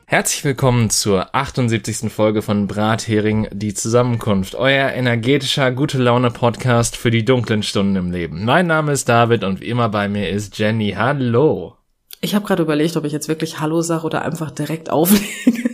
Herzlich willkommen zur 78. Folge von Brathering, die Zusammenkunft, euer energetischer Gute-Laune-Podcast für die dunklen Stunden im Leben. Mein Name ist David und wie immer bei mir ist Jenny. Hallo. Ich habe gerade überlegt, ob ich jetzt wirklich Hallo sage oder einfach direkt auflege.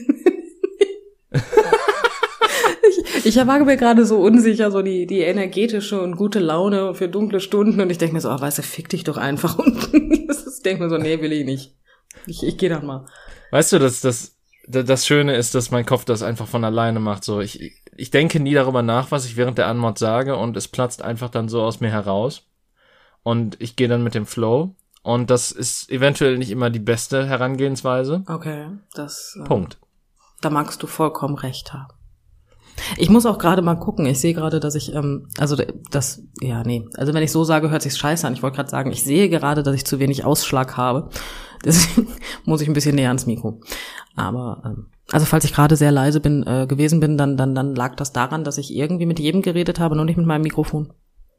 Ich war mir gerade so unsicher, so die energetische und gute Laune für dunkle Stunden und ich denke mir so, weißt du, fick dich doch einfach und ich denke mir so, nee, will ich nicht. Ich gehe dann mal. Weißt du, das Schöne ist, dass mein Kopf das einfach von alleine macht. So, ich denke nie darüber nach, was ich während der Anmod sage und es platzt einfach dann so aus mir heraus. Und ich gehe dann mit dem Flow. Und das ist eventuell nicht immer die beste Herangehensweise. Okay, Punkt. Da magst du vollkommen recht haben. Ich muss auch gerade mal gucken. Ich sehe gerade, dass ich, also wenn ich so sage, hört sich's scheiße an. Ich wollte gerade sagen, ich sehe gerade, dass ich zu wenig Ausschlag habe. Deswegen muss ich ein bisschen näher ans Mikro. Aber, also falls ich gerade sehr leise gewesen bin, dann lag das daran, dass ich irgendwie mit jedem geredet habe, nur nicht mit meinem Mikrofon.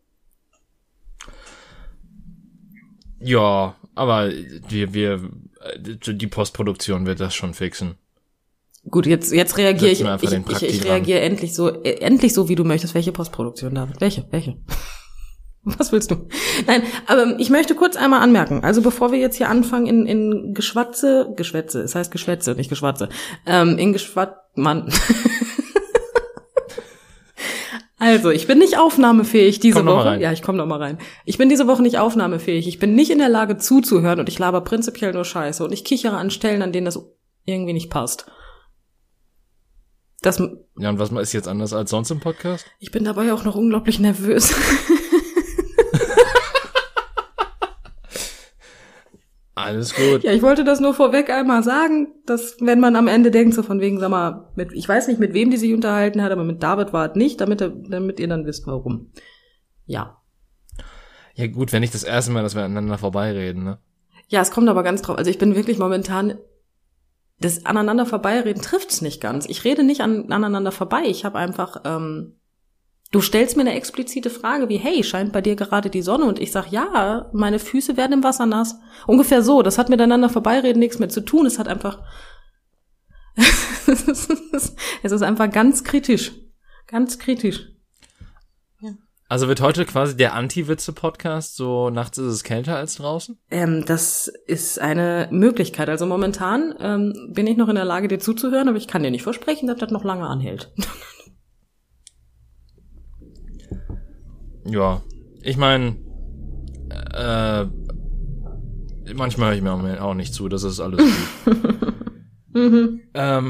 Ja, aber die Postproduktion wird das schon fixen. Gut, jetzt reagiere ich. Ich reagiere endlich so, wie du möchtest. Welche Postproduktion, David? Welche? Was willst du? Nein, aber ich möchte kurz einmal anmerken, also bevor wir jetzt hier anfangen in Geschwätze, es heißt Geschwätze, nicht Geschwatze, Mann. Also, ich bin nicht aufnahmefähig diese Woche. Ja, ich komme noch mal rein. Ich bin diese Woche nicht aufnahmefähig. Ich bin nicht in der Lage zuzuhören und ich laber prinzipiell nur Scheiße und ich kichere an Stellen, an denen das irgendwie nicht passt. Ja, und was ist jetzt anders als sonst im Podcast? Ich bin dabei auch noch unglaublich nervös. Alles gut. Ja, ich wollte das nur vorweg einmal sagen, dass wenn man am Ende denkt, so von wegen, sag mal, ich weiß nicht, mit wem die sich unterhalten hat, aber mit David war es nicht, damit ihr dann wisst, warum. Ja. Ja gut, wenn nicht das erste Mal, dass wir aneinander vorbeireden, ne? Ja, es kommt aber ganz drauf. Also ich bin wirklich momentan, das aneinander vorbeireden trifft's nicht ganz. Ich rede nicht aneinander vorbei. Ich habe einfach, du stellst mir eine explizite Frage wie, hey, scheint bei dir gerade die Sonne? Und ich sag, ja, meine Füße werden im Wasser nass. Ungefähr so. Das hat miteinander vorbeireden nichts mehr zu tun. Es hat einfach, es ist einfach ganz kritisch. Ganz kritisch. Ja. Also wird heute quasi der Anti-Witze-Podcast, so nachts ist es kälter als draußen? Das ist eine Möglichkeit. Also momentan bin ich noch in der Lage, dir zuzuhören, aber ich kann dir nicht versprechen, dass das noch lange anhält. Ja, ich meine, manchmal höre ich mir auch nicht zu, das ist alles gut.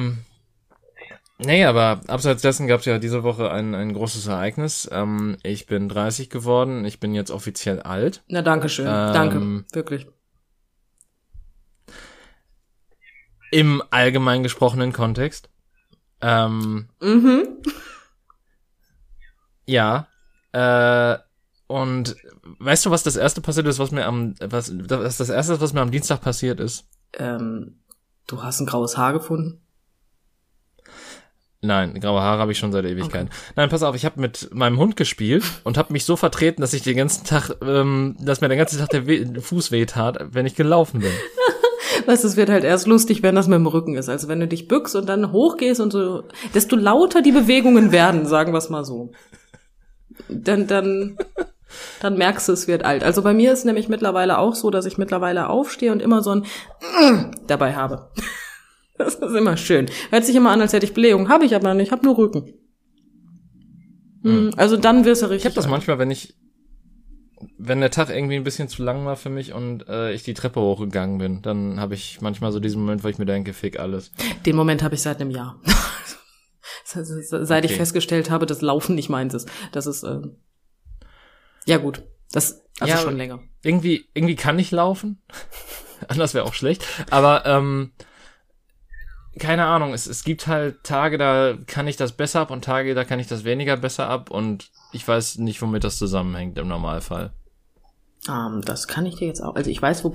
Nee, aber abseits dessen gab es ja diese Woche ein großes Ereignis. Ich bin 30 geworden, ich bin jetzt offiziell alt. Na, danke schön, danke, wirklich. Im allgemein gesprochenen Kontext. Ja. Und weißt du, was das erste passiert ist, was mir am Dienstag passiert ist? Du hast ein graues Haar gefunden? Nein, graue Haare habe ich schon seit Ewigkeit. Okay. Nein, pass auf, ich habe mit meinem Hund gespielt und habe mich so vertreten, dass ich dass mir den ganzen Tag der Fuß wehtat, wenn ich gelaufen bin. Weißt du, es wird halt erst lustig, wenn das mit dem Rücken ist. Also wenn du dich bückst und dann hochgehst und so, desto lauter die Bewegungen werden, sagen wir es mal so. Dann merkst du, es wird alt. Also bei mir ist nämlich mittlerweile auch so, dass ich mittlerweile aufstehe und immer so ein dabei habe. Das ist immer schön. Hört sich immer an, als hätte ich Blähung. Habe ich aber nicht, ich habe nur Rücken. Also dann wirst du richtig. Ich habe das manchmal, wenn der Tag irgendwie ein bisschen zu lang war für mich und ich die Treppe hochgegangen bin, dann habe ich manchmal so diesen Moment, wo ich mir denke, fick alles. Den Moment habe ich seit einem Jahr. Seit ich festgestellt habe, dass Laufen nicht meins ist. Das ist, ja gut, das also schon länger. Irgendwie kann ich laufen. Anders wäre auch schlecht. Aber, keine Ahnung, es gibt halt Tage, da kann ich das besser ab und Tage, da kann ich das weniger besser ab und ich weiß nicht, womit das zusammenhängt im Normalfall. Das kann ich dir jetzt auch, also ich weiß,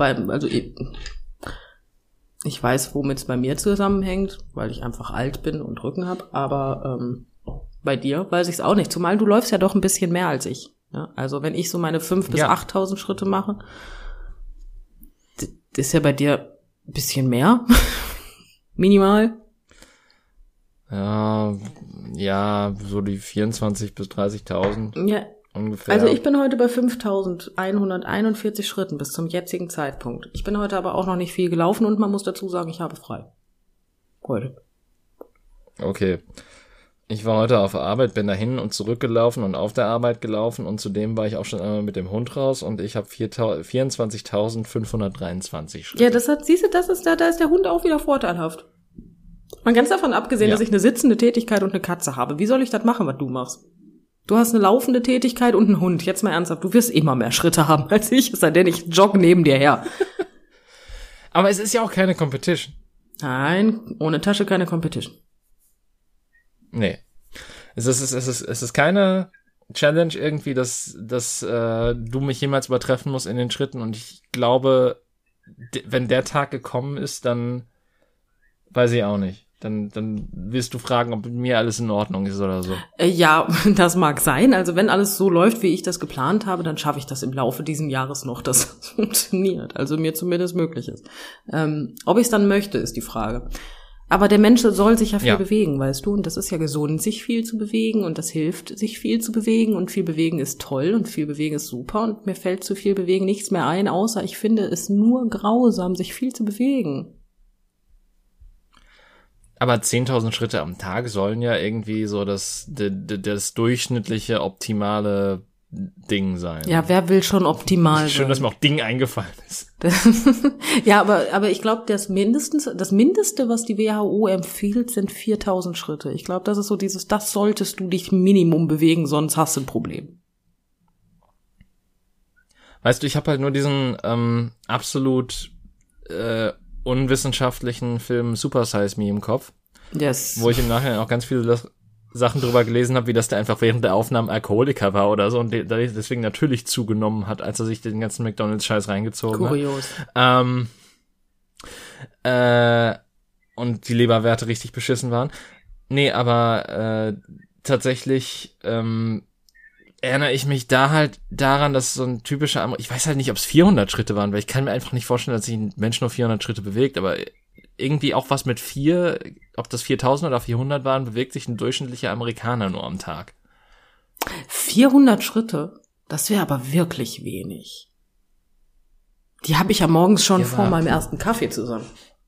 ich weiß, womit es bei mir zusammenhängt, weil ich einfach alt bin und Rücken habe, aber bei dir weiß ich es auch nicht, zumal du läufst ja doch ein bisschen mehr als ich. Ja? Also wenn ich so meine 5.000 bis 8.000 Schritte mache, das ist ja bei dir ein bisschen mehr. Minimal? Ja, so die 24.000 bis 30.000 Ja. ungefähr. Also ich bin heute bei 5.141 Schritten bis zum jetzigen Zeitpunkt. Ich bin heute aber auch noch nicht viel gelaufen und man muss dazu sagen, ich habe frei. Heute. Okay. Ich war heute auf der Arbeit, bin dahin und zurückgelaufen und auf der Arbeit gelaufen und zudem war ich auch schon einmal mit dem Hund raus und ich habe 24.523 Schritte. Ja, siehst du, da ist der Hund auch wieder vorteilhaft. Mal ganz davon abgesehen, dass ich eine sitzende Tätigkeit und eine Katze habe. Wie soll ich das machen, was du machst? Du hast eine laufende Tätigkeit und einen Hund. Jetzt mal ernsthaft, du wirst immer mehr Schritte haben als ich, es sei denn, ich jogge neben dir her. Aber es ist ja auch keine Competition. Nein, ohne Tasche keine Competition. Nee. Es ist keine Challenge irgendwie, dass du mich jemals übertreffen musst in den Schritten und ich glaube, wenn der Tag gekommen ist, dann weiß ich auch nicht. Dann wirst du fragen, ob mit mir alles in Ordnung ist oder so. Ja, das mag sein. Also wenn alles so läuft, wie ich das geplant habe, dann schaffe ich das im Laufe dieses Jahres noch, dass das funktioniert. Also mir zumindest möglich ist. Ob ich es dann möchte, ist die Frage. Aber der Mensch soll sich ja viel bewegen, weißt du? Und das ist ja gesund, sich viel zu bewegen. Und das hilft, sich viel zu bewegen. Und viel bewegen ist toll und viel bewegen ist super. Und mir fällt zu viel bewegen nichts mehr ein, außer ich finde es nur grausam, sich viel zu bewegen. Aber 10.000 Schritte am Tag sollen ja irgendwie so das durchschnittliche, optimale Ding sein. Ja, wer will schon optimal sein? Schön, dass mir auch Ding eingefallen ist. Ja, aber ich glaube, das Mindeste, was die WHO empfiehlt, sind 4.000 Schritte. Ich glaube, das ist so das solltest du dich Minimum bewegen, sonst hast du ein Problem. Weißt du, ich habe halt nur diesen absolut unwissenschaftlichen Film Super Size Me im Kopf, wo ich im Nachhinein auch ganz viele Sachen drüber gelesen habe, wie dass der einfach während der Aufnahmen Alkoholiker war oder so und deswegen natürlich zugenommen hat, als er sich den ganzen McDonald's-Scheiß reingezogen Kurios. hat. Und die Leberwerte richtig beschissen waren. Nee, aber tatsächlich erinnere ich mich da halt daran, dass so ein typischer ich weiß halt nicht, ob es 400 Schritte waren, weil ich kann mir einfach nicht vorstellen, dass sich ein Mensch nur 400 Schritte bewegt, aber irgendwie auch was mit 4, ob das 4.000 oder 400 waren, bewegt sich ein durchschnittlicher Amerikaner nur am Tag. 400 Schritte? Das wäre aber wirklich wenig. Die habe ich ja morgens schon vor meinem ersten Kaffee zusammen.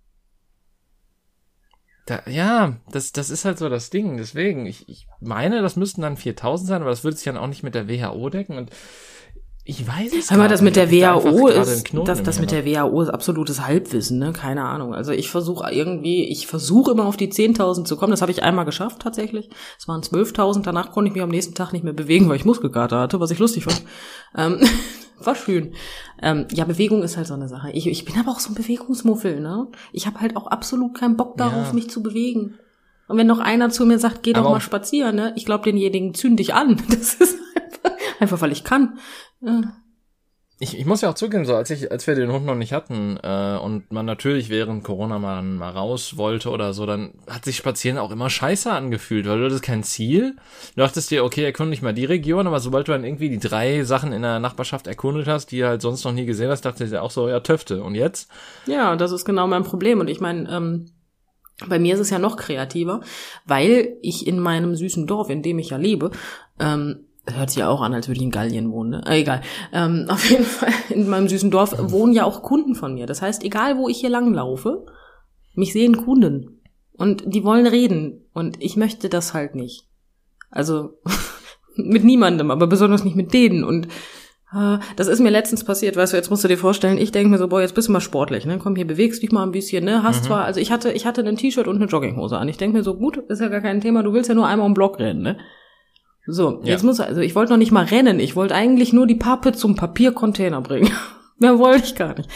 Das ist halt so das Ding. Deswegen, ich meine, das müssten dann 4.000 sein, aber das würde sich dann auch nicht mit der WHO decken. Und ich weiß es nicht. Das mit der WHO ist, das mit der WHO ist absolutes Halbwissen, ne? Keine Ahnung. Also ich versuche immer auf die 10.000 zu kommen. Das habe ich einmal geschafft tatsächlich. Es waren 12.000. Danach konnte ich mich am nächsten Tag nicht mehr bewegen, weil ich Muskelkater hatte, was ich lustig fand. War schön. Ja, Bewegung ist halt so eine Sache. Ich bin aber auch so ein Bewegungsmuffel, ne? Ich habe halt auch absolut keinen Bock darauf, mich zu bewegen. Und wenn noch einer zu mir sagt, geh doch mal spazieren, ne? Ich glaube, denjenigen zünd dich an. Das ist einfach weil ich kann. Ich muss ja auch zugeben, so als wir den Hund noch nicht hatten und man natürlich während Corona mal raus wollte oder so, dann hat sich Spazieren auch immer scheiße angefühlt, weil du hattest kein Ziel. Du dachtest dir, okay, erkunde ich mal die Region, aber sobald du dann irgendwie die 3 Sachen in der Nachbarschaft erkundet hast, die du halt sonst noch nie gesehen hast, dachte ich dir auch so, ja, Töfte. Und jetzt? Ja, das ist genau mein Problem. Und ich meine, bei mir ist es ja noch kreativer, weil ich in meinem süßen Dorf, in dem ich ja lebe, hört sich ja auch an, als würde ich in Gallien wohnen, ne? Egal. Auf jeden Fall, in meinem süßen Dorf wohnen ja auch Kunden von mir. Das heißt, egal wo ich hier langlaufe, mich sehen Kunden. Und die wollen reden. Und ich möchte das halt nicht. Also, mit niemandem, aber besonders nicht mit denen. Und das ist mir letztens passiert, weißt du, jetzt musst du dir vorstellen, ich denke mir so, boah, jetzt bist du mal sportlich, ne? Komm, hier bewegst dich mal ein bisschen, ne? Zwar, also ich hatte ein T-Shirt und eine Jogginghose an. Ich denke mir so, gut, ist ja gar kein Thema, du willst ja nur einmal um den Block rennen, ne? So, jetzt ich wollte noch nicht mal rennen, ich wollte eigentlich nur die Pappe zum Papiercontainer bringen. Mehr wollte ich gar nicht.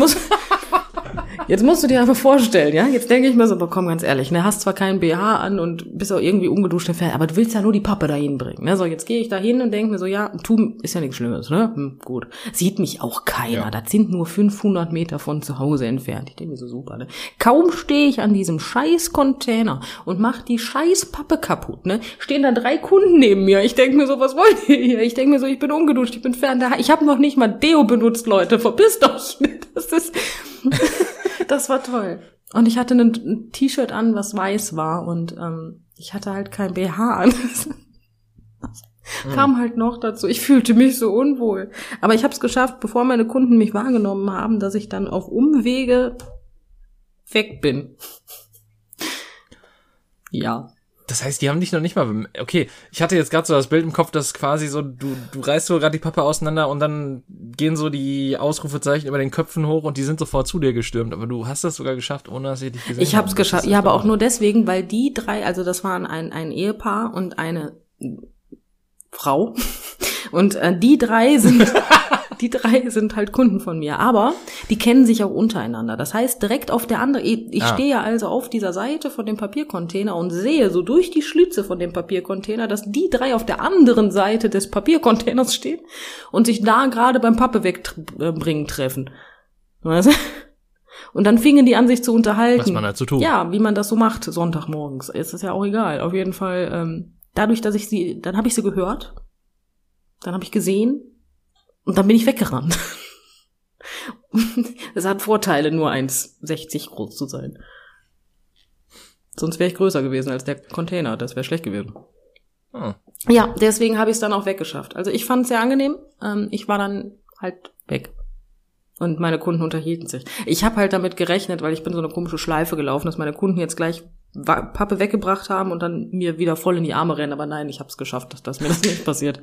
Jetzt musst du dir einfach vorstellen, ja? Jetzt denke ich mir so, aber komm, ganz ehrlich, ne? Hast zwar keinen BH an und bist auch irgendwie ungeduscht, aber du willst ja nur die Pappe dahin bringen, ne? So, jetzt gehe ich da hin und denke mir so, ja, ist ja nichts Schlimmes, ne? Gut. Sieht mich auch keiner. Ja. Das sind nur 500 Meter von zu Hause entfernt. Ich denke mir so, super, ne? Kaum stehe ich an diesem scheiß Container und mach die scheiß Pappe kaputt, ne? Stehen da 3 Kunden neben mir. Ich denke mir so, was wollt ihr hier? Ich denke mir so, ich bin ungeduscht, ich bin fern. Ich habe noch nicht mal Deo benutzt, Leute. Verpisst euch. Das war toll. Und ich hatte ein T-Shirt an, was weiß war und ich hatte halt kein BH an. Kam halt noch dazu. Ich fühlte mich so unwohl. Aber ich habe es geschafft, bevor meine Kunden mich wahrgenommen haben, dass ich dann auf Umwege weg bin. Ja. Das heißt, die haben dich noch nicht mal... Okay, ich hatte jetzt gerade so das Bild im Kopf, dass quasi so, du reißt so gerade die Pappe auseinander und dann gehen so die Ausrufezeichen über den Köpfen hoch und die sind sofort zu dir gestürmt. Aber du hast das sogar geschafft, ohne dass sie dich gesehen haben. Ich habe es geschafft, ja, aber auch nur deswegen, weil die drei, also das waren ein Ehepaar und eine Frau und die drei sind halt Kunden von mir, aber die kennen sich auch untereinander. Das heißt, direkt auf der anderen, ich stehe ja also auf dieser Seite von dem Papiercontainer und sehe so durch die Schlitze von dem Papiercontainer, dass die drei auf der anderen Seite des Papiercontainers stehen und sich da gerade beim Pappe wegbringen treffen. Weißt du? Und dann fingen die an, sich zu unterhalten. Was man halt so tut. Ja, wie man das so macht, Sonntagmorgens. Ist das ja auch egal. Auf jeden Fall, dadurch, dass dann habe ich sie gehört, dann habe ich gesehen und dann bin ich weggerannt. Es hat Vorteile, nur 1,60 groß zu sein. Sonst wäre ich größer gewesen als der Container, das wäre schlecht gewesen. Oh. Ja, deswegen habe ich es dann auch weggeschafft. Also ich fand es sehr angenehm, ich war dann halt weg. Und meine Kunden unterhielten sich. Ich habe halt damit gerechnet, weil ich bin so eine komische Schleife gelaufen, dass meine Kunden jetzt gleich Pappe weggebracht haben und dann mir wieder voll in die Arme rennen. Aber nein, ich habe es geschafft, dass mir das nicht passiert.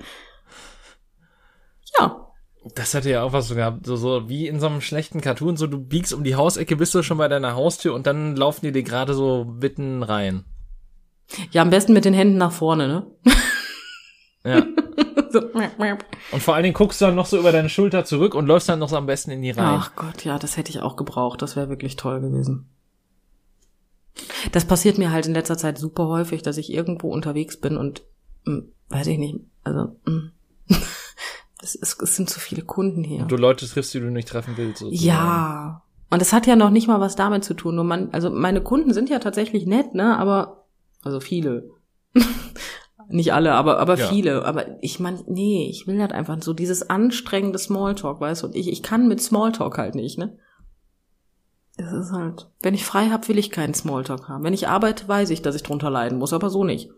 Ja. Das hatte ja auch was so gehabt, so wie in so einem schlechten Cartoon, so du biegst um die Hausecke, bist du schon bei deiner Haustür und dann laufen die dir gerade so mitten rein. Ja, am besten mit den Händen nach vorne, ne? Ja. So. Und vor allen Dingen guckst du dann noch so über deine Schulter zurück und läufst dann noch so am besten in die Reihe. Ach Gott, ja, das hätte ich auch gebraucht. Das wäre wirklich toll gewesen. Das passiert mir halt in letzter Zeit super häufig, dass ich irgendwo unterwegs bin und weiß ich nicht, also es sind zu viele Kunden hier. Und du Leute triffst, die du nicht treffen willst. Sozusagen. Ja, und das hat ja noch nicht mal was damit zu tun. Nur meine Kunden sind ja tatsächlich nett, ne? Aber also viele. Nicht alle, aber ja. Viele. Aber ich meine, nee, ich will halt einfach so dieses anstrengende Smalltalk, weißt du? Und ich kann mit Smalltalk halt nicht, ne? Es ist halt, wenn ich frei habe, will ich keinen Smalltalk haben. Wenn ich arbeite, weiß ich, dass ich drunter leiden muss, aber so nicht.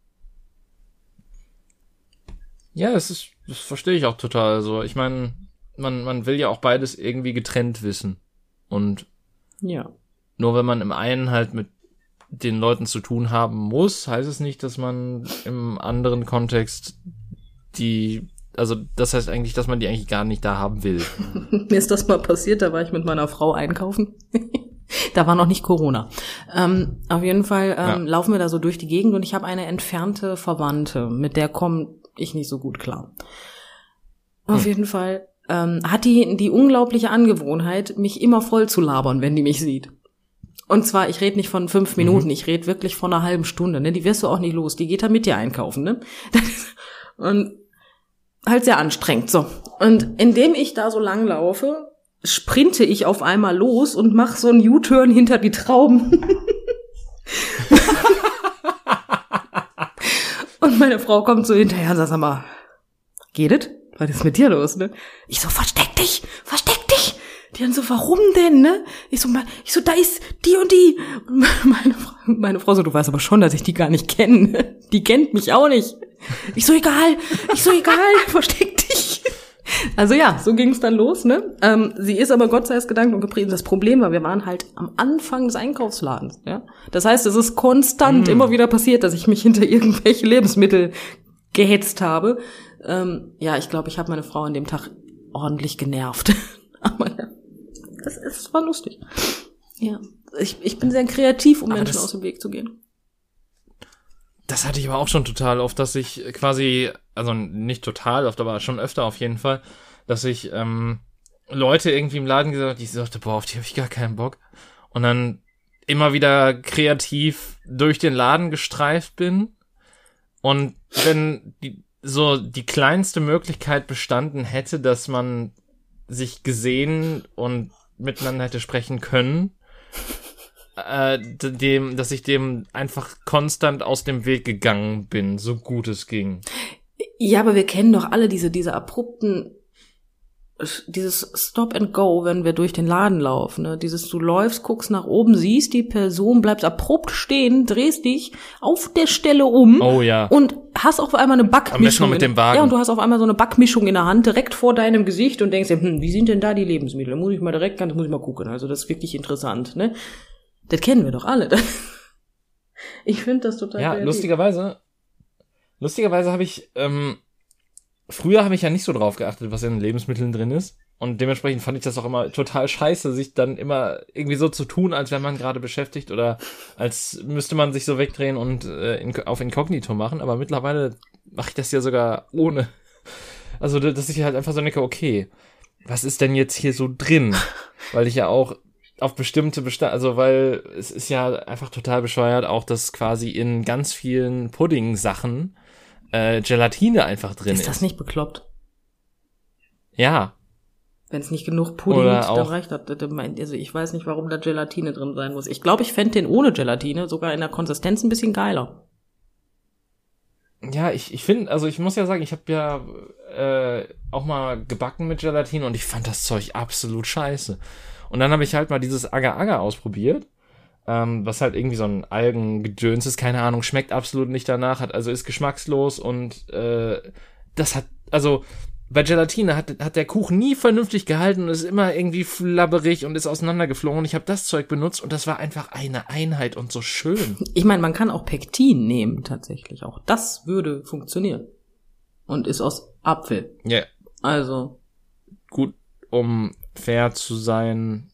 Ja, das verstehe ich auch total. Also ich meine, man will ja auch beides irgendwie getrennt wissen. Und ja. Nur wenn man im einen halt mit den Leuten zu tun haben muss, heißt es nicht, dass man im anderen Kontext das heißt eigentlich, dass man die eigentlich gar nicht da haben will. Mir ist das mal passiert, da war ich mit meiner Frau einkaufen. Da war noch nicht Corona. Auf jeden Fall laufen wir da so durch die Gegend und ich habe eine entfernte Verwandte, mit der komme ich nicht so gut klar. Auf jeden Fall hat die unglaubliche Angewohnheit, mich immer voll zu labern, wenn die mich sieht. Und zwar, ich rede nicht von 5 Minuten, ich rede wirklich von einer halben Stunde, ne? Die wirst du auch nicht los, die geht da mit dir einkaufen, ne? Und halt sehr anstrengend, so. Und indem ich da so lang laufe, sprinte ich auf einmal los und mache so einen U-Turn hinter die Trauben. Und meine Frau kommt so hinterher und sagt, sag mal, geht es? Was ist mit dir los, ne? Ich so, versteck dich! Die dann so, warum denn, ne? Ich so, da ist die und die. Und meine Frau so, du weißt aber schon, dass ich die gar nicht kenne. Die kennt mich auch nicht. Ich so, egal, versteck dich. Also ja, so ging's dann los, ne? Sie ist aber Gott sei Dank und gepriesen. Das Problem war, wir waren halt am Anfang des Einkaufsladens, ja? Das heißt, es ist konstant immer wieder passiert, dass ich mich hinter irgendwelche Lebensmittel gehetzt habe. Ja, ich glaube, ich habe meine Frau an dem Tag ordentlich genervt. Aber ja. Es war lustig. Ja, ich bin sehr kreativ, um Menschen aus dem Weg zu gehen. Das hatte ich aber auch schon total oft, dass ich quasi, also nicht total oft, aber schon öfter auf jeden Fall, dass ich Leute irgendwie im Laden gesagt habe, die sagte, boah, auf die habe ich gar keinen Bock. Und dann immer wieder kreativ durch den Laden gestreift bin. Und wenn die kleinste Möglichkeit bestanden hätte, dass man sich gesehen und miteinander hätte sprechen können, dass ich dem einfach konstant aus dem Weg gegangen bin, so gut es ging. Ja, aber wir kennen doch alle diese abrupten dieses Stop and Go, wenn wir durch den Laden laufen, ne? Dieses, du läufst, guckst nach oben, siehst die Person, bleibst abrupt stehen, drehst dich auf der Stelle um und hast auf einmal eine Backmischung. Am besten noch mit dem Wagen. Ja, und du hast auf einmal so eine Backmischung in der Hand, direkt vor deinem Gesicht und denkst dir, wie sind denn da die Lebensmittel? Da muss ich mal gucken. Also das ist wirklich interessant, ne? Das kennen wir doch alle. Ich finde das total kreativ. Lustigerweise habe ich, früher habe ich ja nicht so drauf geachtet, was in Lebensmitteln drin ist. Und dementsprechend fand ich das auch immer total scheiße, sich dann immer irgendwie so zu tun, als wäre man gerade beschäftigt oder als müsste man sich so wegdrehen und auf Inkognito machen. Aber mittlerweile mache ich das ja sogar ohne. Also, dass ich halt einfach so denke, okay, was ist denn jetzt hier so drin? Weil ich ja auch auf bestimmte weil es ist ja einfach total bescheuert, auch dass quasi in ganz vielen Pudding-Sachen Gelatine einfach drin ist. Ist das nicht bekloppt? Ja. Wenn es nicht genug Pudding ist, dann reicht das. Also ich weiß nicht, warum da Gelatine drin sein muss. Ich glaube, ich fände den ohne Gelatine sogar in der Konsistenz ein bisschen geiler. Ja, ich finde, also ich muss ja sagen, ich habe ja auch mal gebacken mit Gelatine und ich fand das Zeug absolut scheiße. Und dann habe ich halt mal dieses Agar-Agar ausprobiert. Was halt irgendwie so ein Algengedöns ist, keine Ahnung, schmeckt absolut nicht danach, ist geschmackslos und das hat, also bei Gelatine hat der Kuchen nie vernünftig gehalten und ist immer irgendwie flabberig und ist auseinandergeflogen. Ich habe das Zeug benutzt und das war einfach eine Einheit und so schön. Ich meine, man kann auch Pektin nehmen tatsächlich, auch das würde funktionieren und ist aus Apfel. Ja. Yeah. Also. Gut, um fair zu sein,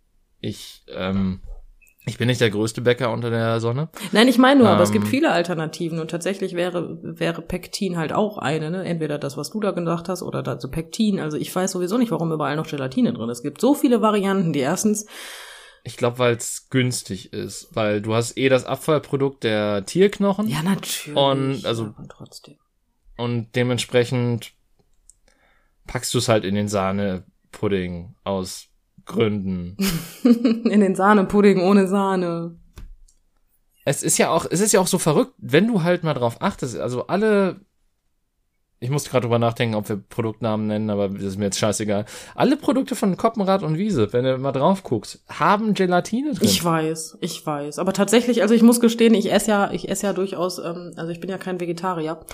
ich bin nicht der größte Bäcker unter der Sonne. Nein, ich meine nur, aber es gibt viele Alternativen und tatsächlich wäre Pektin halt auch eine, ne? Entweder das, was du da gesagt hast, oder dazu Pektin. Also ich weiß sowieso nicht, warum überall noch Gelatine drin ist. Es gibt so viele Varianten, die erstens. Ich glaube, weil es günstig ist, weil du hast das Abfallprodukt der Tierknochen. Ja, natürlich. Und aber trotzdem. Und dementsprechend packst du es halt in den Sahnepudding aus Gründen. In den Sahnepudding ohne Sahne. Es ist ja auch so verrückt, wenn du halt mal drauf achtest, also ich muss gerade drüber nachdenken, ob wir Produktnamen nennen, aber das ist mir jetzt scheißegal. Alle Produkte von Koppenrad und Wiese, wenn du mal drauf guckst, haben Gelatine drin. Ich weiß. Aber tatsächlich, also ich muss gestehen, ich esse ja durchaus, also ich bin ja kein Vegetarier.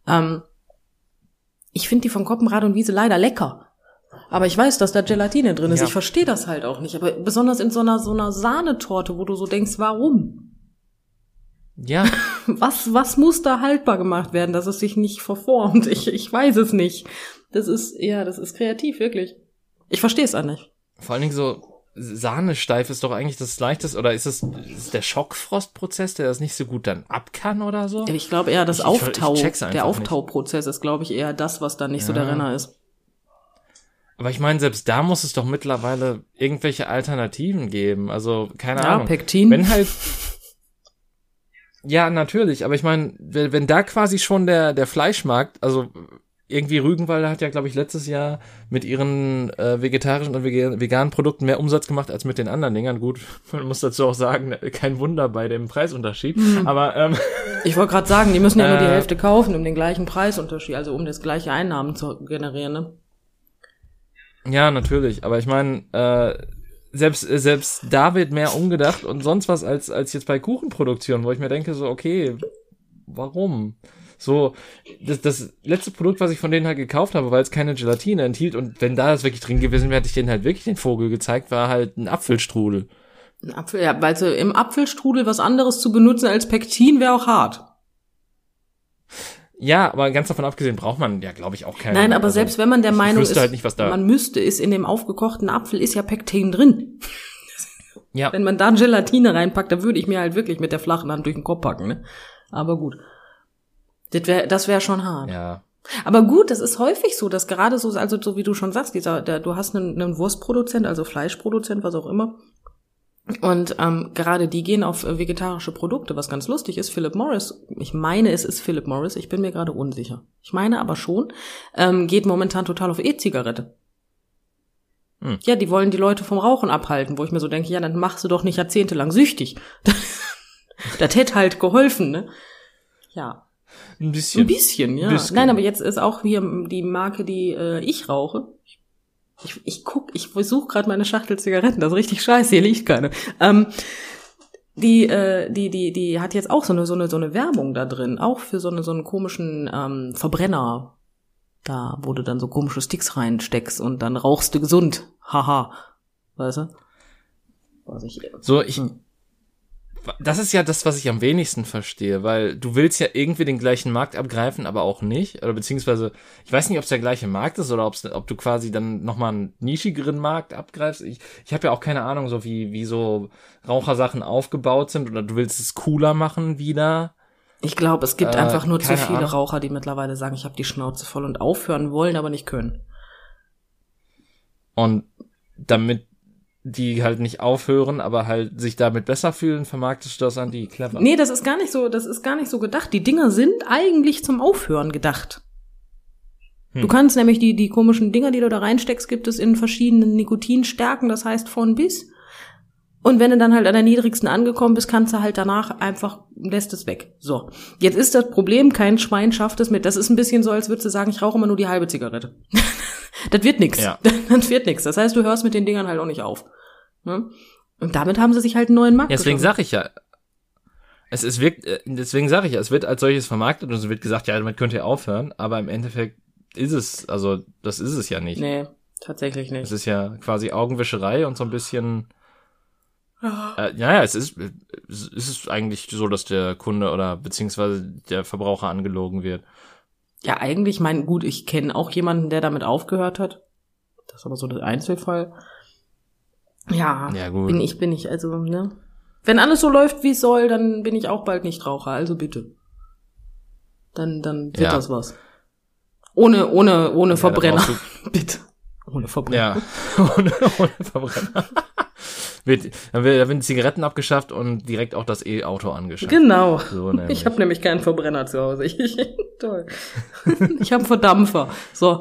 Ich finde die von Koppenrad und Wiese leider lecker. Aber ich weiß, dass da Gelatine drin ist. Ja. Ich verstehe das halt auch nicht. Aber besonders in so einer Sahnetorte, wo du so denkst, warum? Ja. Was muss da haltbar gemacht werden, dass es sich nicht verformt? Ich weiß es nicht. Das ist kreativ, wirklich. Ich verstehe es auch nicht. Vor allen Dingen so, Sahnesteif ist doch eigentlich das Leichteste, oder ist der Schockfrostprozess, der das nicht so gut dann ab kann oder so? Ich glaube eher der Auftauprozess ist, glaube ich, eher das, was dann nicht so der Renner ist. Aber ich meine, selbst da muss es doch mittlerweile irgendwelche Alternativen geben. Also, keine Ahnung. Ja, Pektin. Wenn halt. Ja, natürlich. Aber ich meine, wenn da quasi schon der Fleischmarkt, also irgendwie Rügenwalder hat ja, glaube ich, letztes Jahr mit ihren vegetarischen und veganen Produkten mehr Umsatz gemacht als mit den anderen Dingern. Gut, man muss dazu auch sagen, kein Wunder bei dem Preisunterschied. Aber ich wollte gerade sagen, die müssen ja nur die Hälfte kaufen, um den gleichen Preisunterschied, also um das gleiche Einnahmen zu generieren, ne? Ja, natürlich, aber ich meine, selbst da wird mehr umgedacht und sonst was als jetzt bei Kuchenproduktion, wo ich mir denke so, okay, warum? So, das letzte Produkt, was ich von denen halt gekauft habe, weil es keine Gelatine enthielt und wenn da das wirklich drin gewesen wäre, hätte ich denen halt wirklich den Vogel gezeigt, war halt ein Apfelstrudel. Ein Apfel, ja, weil im Apfelstrudel was anderes zu benutzen als Pektin wäre auch hart. Ja, aber ganz davon abgesehen braucht man ja, glaube ich, auch keine. Nein, aber selbst wenn man der Meinung ist, halt nicht, was da man müsste, ist in dem aufgekochten Apfel ist ja Pektin drin. Ja. Wenn man da Gelatine reinpackt, dann würde ich mir halt wirklich mit der flachen Hand durch den Kopf packen, ne? Aber gut. Das wär schon hart. Ja. Aber gut, das ist häufig so, dass gerade so, also so wie du schon sagst, du hast einen Wurstproduzent, also Fleischproduzent, was auch immer. Und gerade die gehen auf vegetarische Produkte, was ganz lustig ist. Philip Morris, ich meine, es ist Philip Morris, ich bin mir gerade unsicher. Ich meine aber schon, geht momentan total auf E-Zigarette. Ja, die wollen die Leute vom Rauchen abhalten, wo ich mir so denke, ja, dann machst du doch nicht jahrzehntelang süchtig. Das hätte halt geholfen, ne? Ja. Ein bisschen, ja. Bisschen. Nein, aber jetzt ist auch hier die Marke, die ich rauche. Ich versuche gerade meine Schachtel Zigaretten, das ist richtig scheiße, hier liegt keine. Die hat jetzt auch so eine Werbung da drin, auch für so einen komischen Verbrenner. Da, wo du dann so komische Sticks reinsteckst und dann rauchst du gesund. Haha. Weißt du? Das ist ja das, was ich am wenigsten verstehe, weil du willst ja irgendwie den gleichen Markt abgreifen, aber auch nicht. Oder beziehungsweise, ich weiß nicht, ob es der gleiche Markt ist oder ob du quasi dann nochmal einen nischigeren Markt abgreifst. Ich habe ja auch keine Ahnung, so wie so Rauchersachen aufgebaut sind, oder du willst es cooler machen wieder. Ich glaube, es gibt einfach nur zu viele Ahnung. Raucher, die mittlerweile sagen, ich habe die Schnauze voll und aufhören wollen, aber nicht können. Und damit die halt nicht aufhören, aber halt sich damit besser fühlen, vermarktest du das an die clever. Nee, das ist gar nicht so gedacht. Die Dinger sind eigentlich zum Aufhören gedacht. Du kannst nämlich die komischen Dinger, die du da reinsteckst, gibt es in verschiedenen Nikotinstärken, das heißt von bis. Und wenn du dann halt an der niedrigsten angekommen bist, kannst du halt danach einfach, lässt es weg. So. Jetzt ist das Problem, kein Schwein schafft es mit. Das ist ein bisschen so, als würdest du sagen, ich rauche immer nur die halbe Zigarette. Das wird nix. Ja. Das wird nix. Das heißt, du hörst mit den Dingern halt auch nicht auf. Ne? Und damit haben sie sich halt einen neuen Markt Deswegen geschaffen. sage ich ja, es wird als solches vermarktet und es wird gesagt, ja, damit könnt ihr aufhören, aber im Endeffekt das ist es ja nicht. Nee, tatsächlich nicht. Es ist ja quasi Augenwischerei und so ein bisschen, es ist eigentlich so, dass der Kunde oder beziehungsweise der Verbraucher angelogen wird. Ja, eigentlich, gut, ich kenne auch jemanden, der damit aufgehört hat. Das ist aber so der Einzelfall. Ja, gut. bin ich, also, ne? Wenn alles so läuft, wie es soll, dann bin ich auch bald Nichtraucher, also bitte. Dann wird das was. Ohne Verbrenner. Bitte. Ohne Verbrenner. Ja, ohne Verbrenner. Da werden Zigaretten abgeschafft und direkt auch das E-Auto angeschafft. Genau. So, ich habe nämlich keinen Verbrenner zu Hause. Toll. Ich habe einen Verdampfer. So.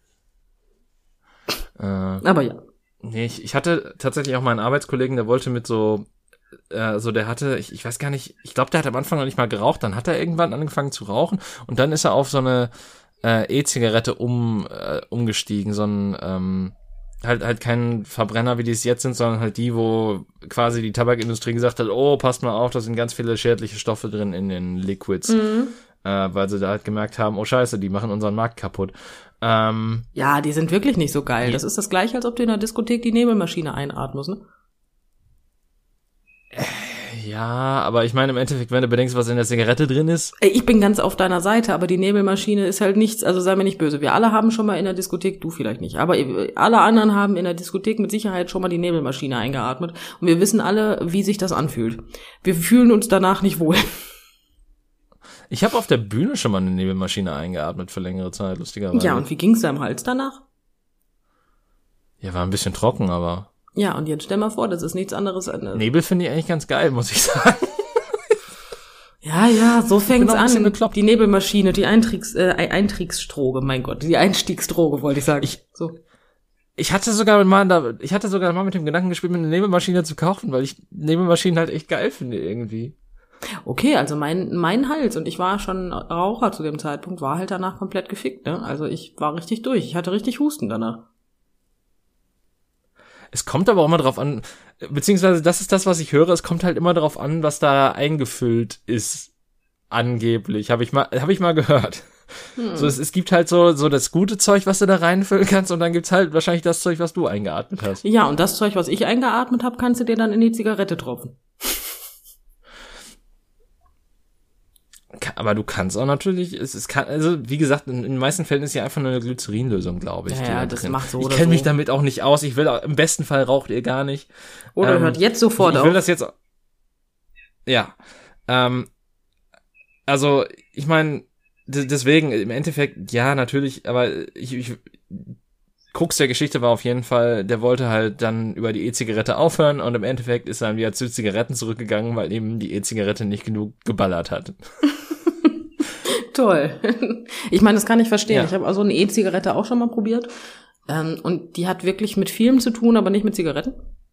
Aber ja. Nee, ich hatte tatsächlich auch mal einen Arbeitskollegen, der wollte mit der hatte, ich weiß gar nicht, ich glaube, der hat am Anfang noch nicht mal geraucht, dann hat er irgendwann angefangen zu rauchen und dann ist er auf so eine E-Zigarette umgestiegen, so ein halt kein Verbrenner, wie die es jetzt sind, sondern halt die, wo quasi die Tabakindustrie gesagt hat, oh, passt mal auf, da sind ganz viele schädliche Stoffe drin in den Liquids, weil sie da halt gemerkt haben, oh scheiße, die machen unseren Markt kaputt. Ja, die sind wirklich nicht so geil. Das ist das gleiche, als ob du in der Diskothek die Nebelmaschine einatmest, ne? Ja, aber ich meine im Endeffekt, wenn du bedenkst, was in der Zigarette drin ist. Ich bin ganz auf deiner Seite, aber die Nebelmaschine ist halt nichts, also sei mir nicht böse. Wir alle haben schon mal in der Diskothek, du vielleicht nicht, aber alle anderen haben in der Diskothek mit Sicherheit schon mal die Nebelmaschine eingeatmet. Und wir wissen alle, wie sich das anfühlt. Wir fühlen uns danach nicht wohl. Ich habe auf der Bühne schon mal eine Nebelmaschine eingeatmet für längere Zeit, lustigerweise. Ja, und wie ging's deinem Hals danach? Ja, war ein bisschen trocken, aber... Ja, und jetzt stell mal vor, das ist nichts anderes. Nebel finde ich eigentlich ganz geil, muss ich sagen. Ja, so fängt's ein bisschen an. bekloppt. Die Nebelmaschine, die Einstiegsdroge, mein Gott, die Einstiegsdroge wollte ich sagen. Ich hatte sogar mal mit dem Gedanken gespielt, mir eine Nebelmaschine zu kaufen, weil ich Nebelmaschinen halt echt geil finde irgendwie. Okay, also mein Hals, und ich war schon Raucher zu dem Zeitpunkt, war halt danach komplett gefickt, ne? Also ich war richtig durch. Ich hatte richtig Husten danach. Es kommt aber auch mal drauf an, beziehungsweise das ist das, was ich höre, es kommt halt immer drauf an, was da eingefüllt ist, angeblich, habe ich mal gehört. So, es gibt halt so das gute Zeug, was du da reinfüllen kannst, und dann gibt's halt wahrscheinlich das Zeug, was du eingeatmet hast. Ja, und das Zeug, was ich eingeatmet habe, kannst du dir dann in die Zigarette tropfen. Aber du kannst auch natürlich, also wie gesagt, in den meisten Fällen ist ja einfach nur eine Glycerinlösung, glaube ich. Ja, das macht so oder so. Ich kenne mich damit auch nicht aus. Im besten Fall raucht ihr gar nicht. Oder hört jetzt sofort auf. Ich will das jetzt, ja. Also, ich meine, deswegen, im Endeffekt, ja, natürlich, aber Krux der Geschichte war auf jeden Fall, der wollte halt dann über die E-Zigarette aufhören und im Endeffekt ist er dann wieder zu Zigaretten zurückgegangen, weil eben die E-Zigarette nicht genug geballert hat. Toll. Ich meine, das kann ich verstehen. Ja. Ich habe also eine E-Zigarette auch schon mal probiert. Und die hat wirklich mit vielem zu tun, aber nicht mit Zigaretten.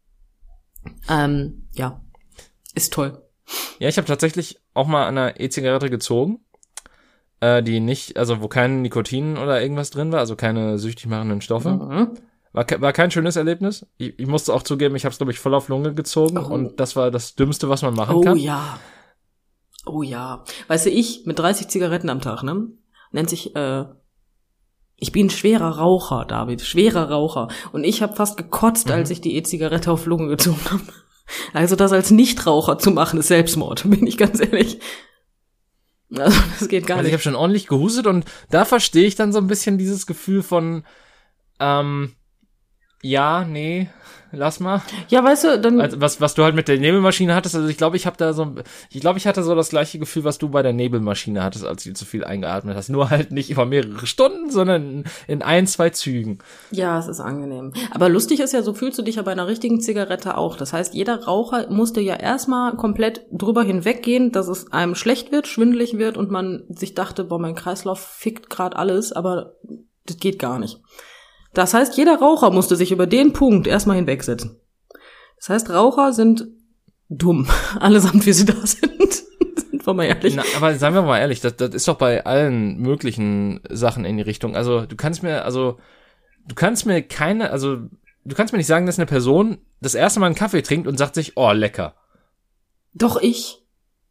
Ja, ist toll. Ja, ich habe tatsächlich auch mal an einer E-Zigarette gezogen, die nicht, also wo kein Nikotin oder irgendwas drin war, also keine süchtig machenden Stoffe. Mhm. War kein schönes Erlebnis. Ich musste auch zugeben, ich habe es, glaube ich, voll auf Lunge gezogen und das war das Dümmste, was man machen kann. Oh ja. Weißt du, ich mit 30 Zigaretten am Tag, ne? Nennt sich, ich bin schwerer Raucher, David, schwerer Raucher. Und ich habe fast gekotzt, als ich die E-Zigarette auf Lunge gezogen habe. Also das als Nichtraucher zu machen, ist Selbstmord, bin ich ganz ehrlich. Also das geht gar nicht. Ich habe schon ordentlich gehustet und da verstehe ich dann so ein bisschen dieses Gefühl von, ja, nee, lass mal. Ja, weißt du, dann... Also, was du halt mit der Nebelmaschine hattest, also ich glaube, ich hatte so das gleiche Gefühl, was du bei der Nebelmaschine hattest, als du zu viel eingeatmet hast. Nur halt nicht über mehrere Stunden, sondern in 1-2 Zügen. Ja, es ist angenehm. Aber lustig ist ja, so fühlst du dich ja bei einer richtigen Zigarette auch. Das heißt, jeder Raucher musste ja erstmal komplett drüber hinweggehen, dass es einem schlecht wird, schwindelig wird und man sich dachte, boah, mein Kreislauf fickt gerade alles, aber das geht gar nicht. Das heißt, jeder Raucher musste sich über den Punkt erstmal hinwegsetzen. Das heißt, Raucher sind dumm, allesamt wie sie da sind. Sind wir mal ehrlich. Na, aber seien wir mal ehrlich, das ist doch bei allen möglichen Sachen in die Richtung. Also du kannst mir nicht sagen, dass eine Person das erste Mal einen Kaffee trinkt und sagt sich, oh, lecker. Doch ich.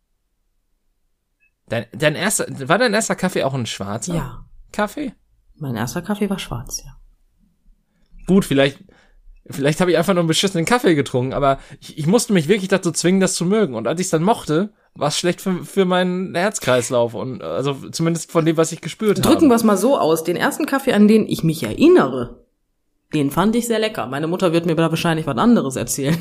Dein erster Kaffee auch ein schwarzer? Ja. Kaffee? Mein erster Kaffee war schwarz, ja. Gut, vielleicht habe ich einfach nur einen beschissenen Kaffee getrunken, aber ich musste mich wirklich dazu zwingen, das zu mögen. Und als ich es dann mochte, war es schlecht für meinen Herzkreislauf und also zumindest von dem, was ich gespürt habe. Drücken wir es mal so aus. Den ersten Kaffee, an den ich mich erinnere, den fand ich sehr lecker. Meine Mutter wird mir da wahrscheinlich was anderes erzählen.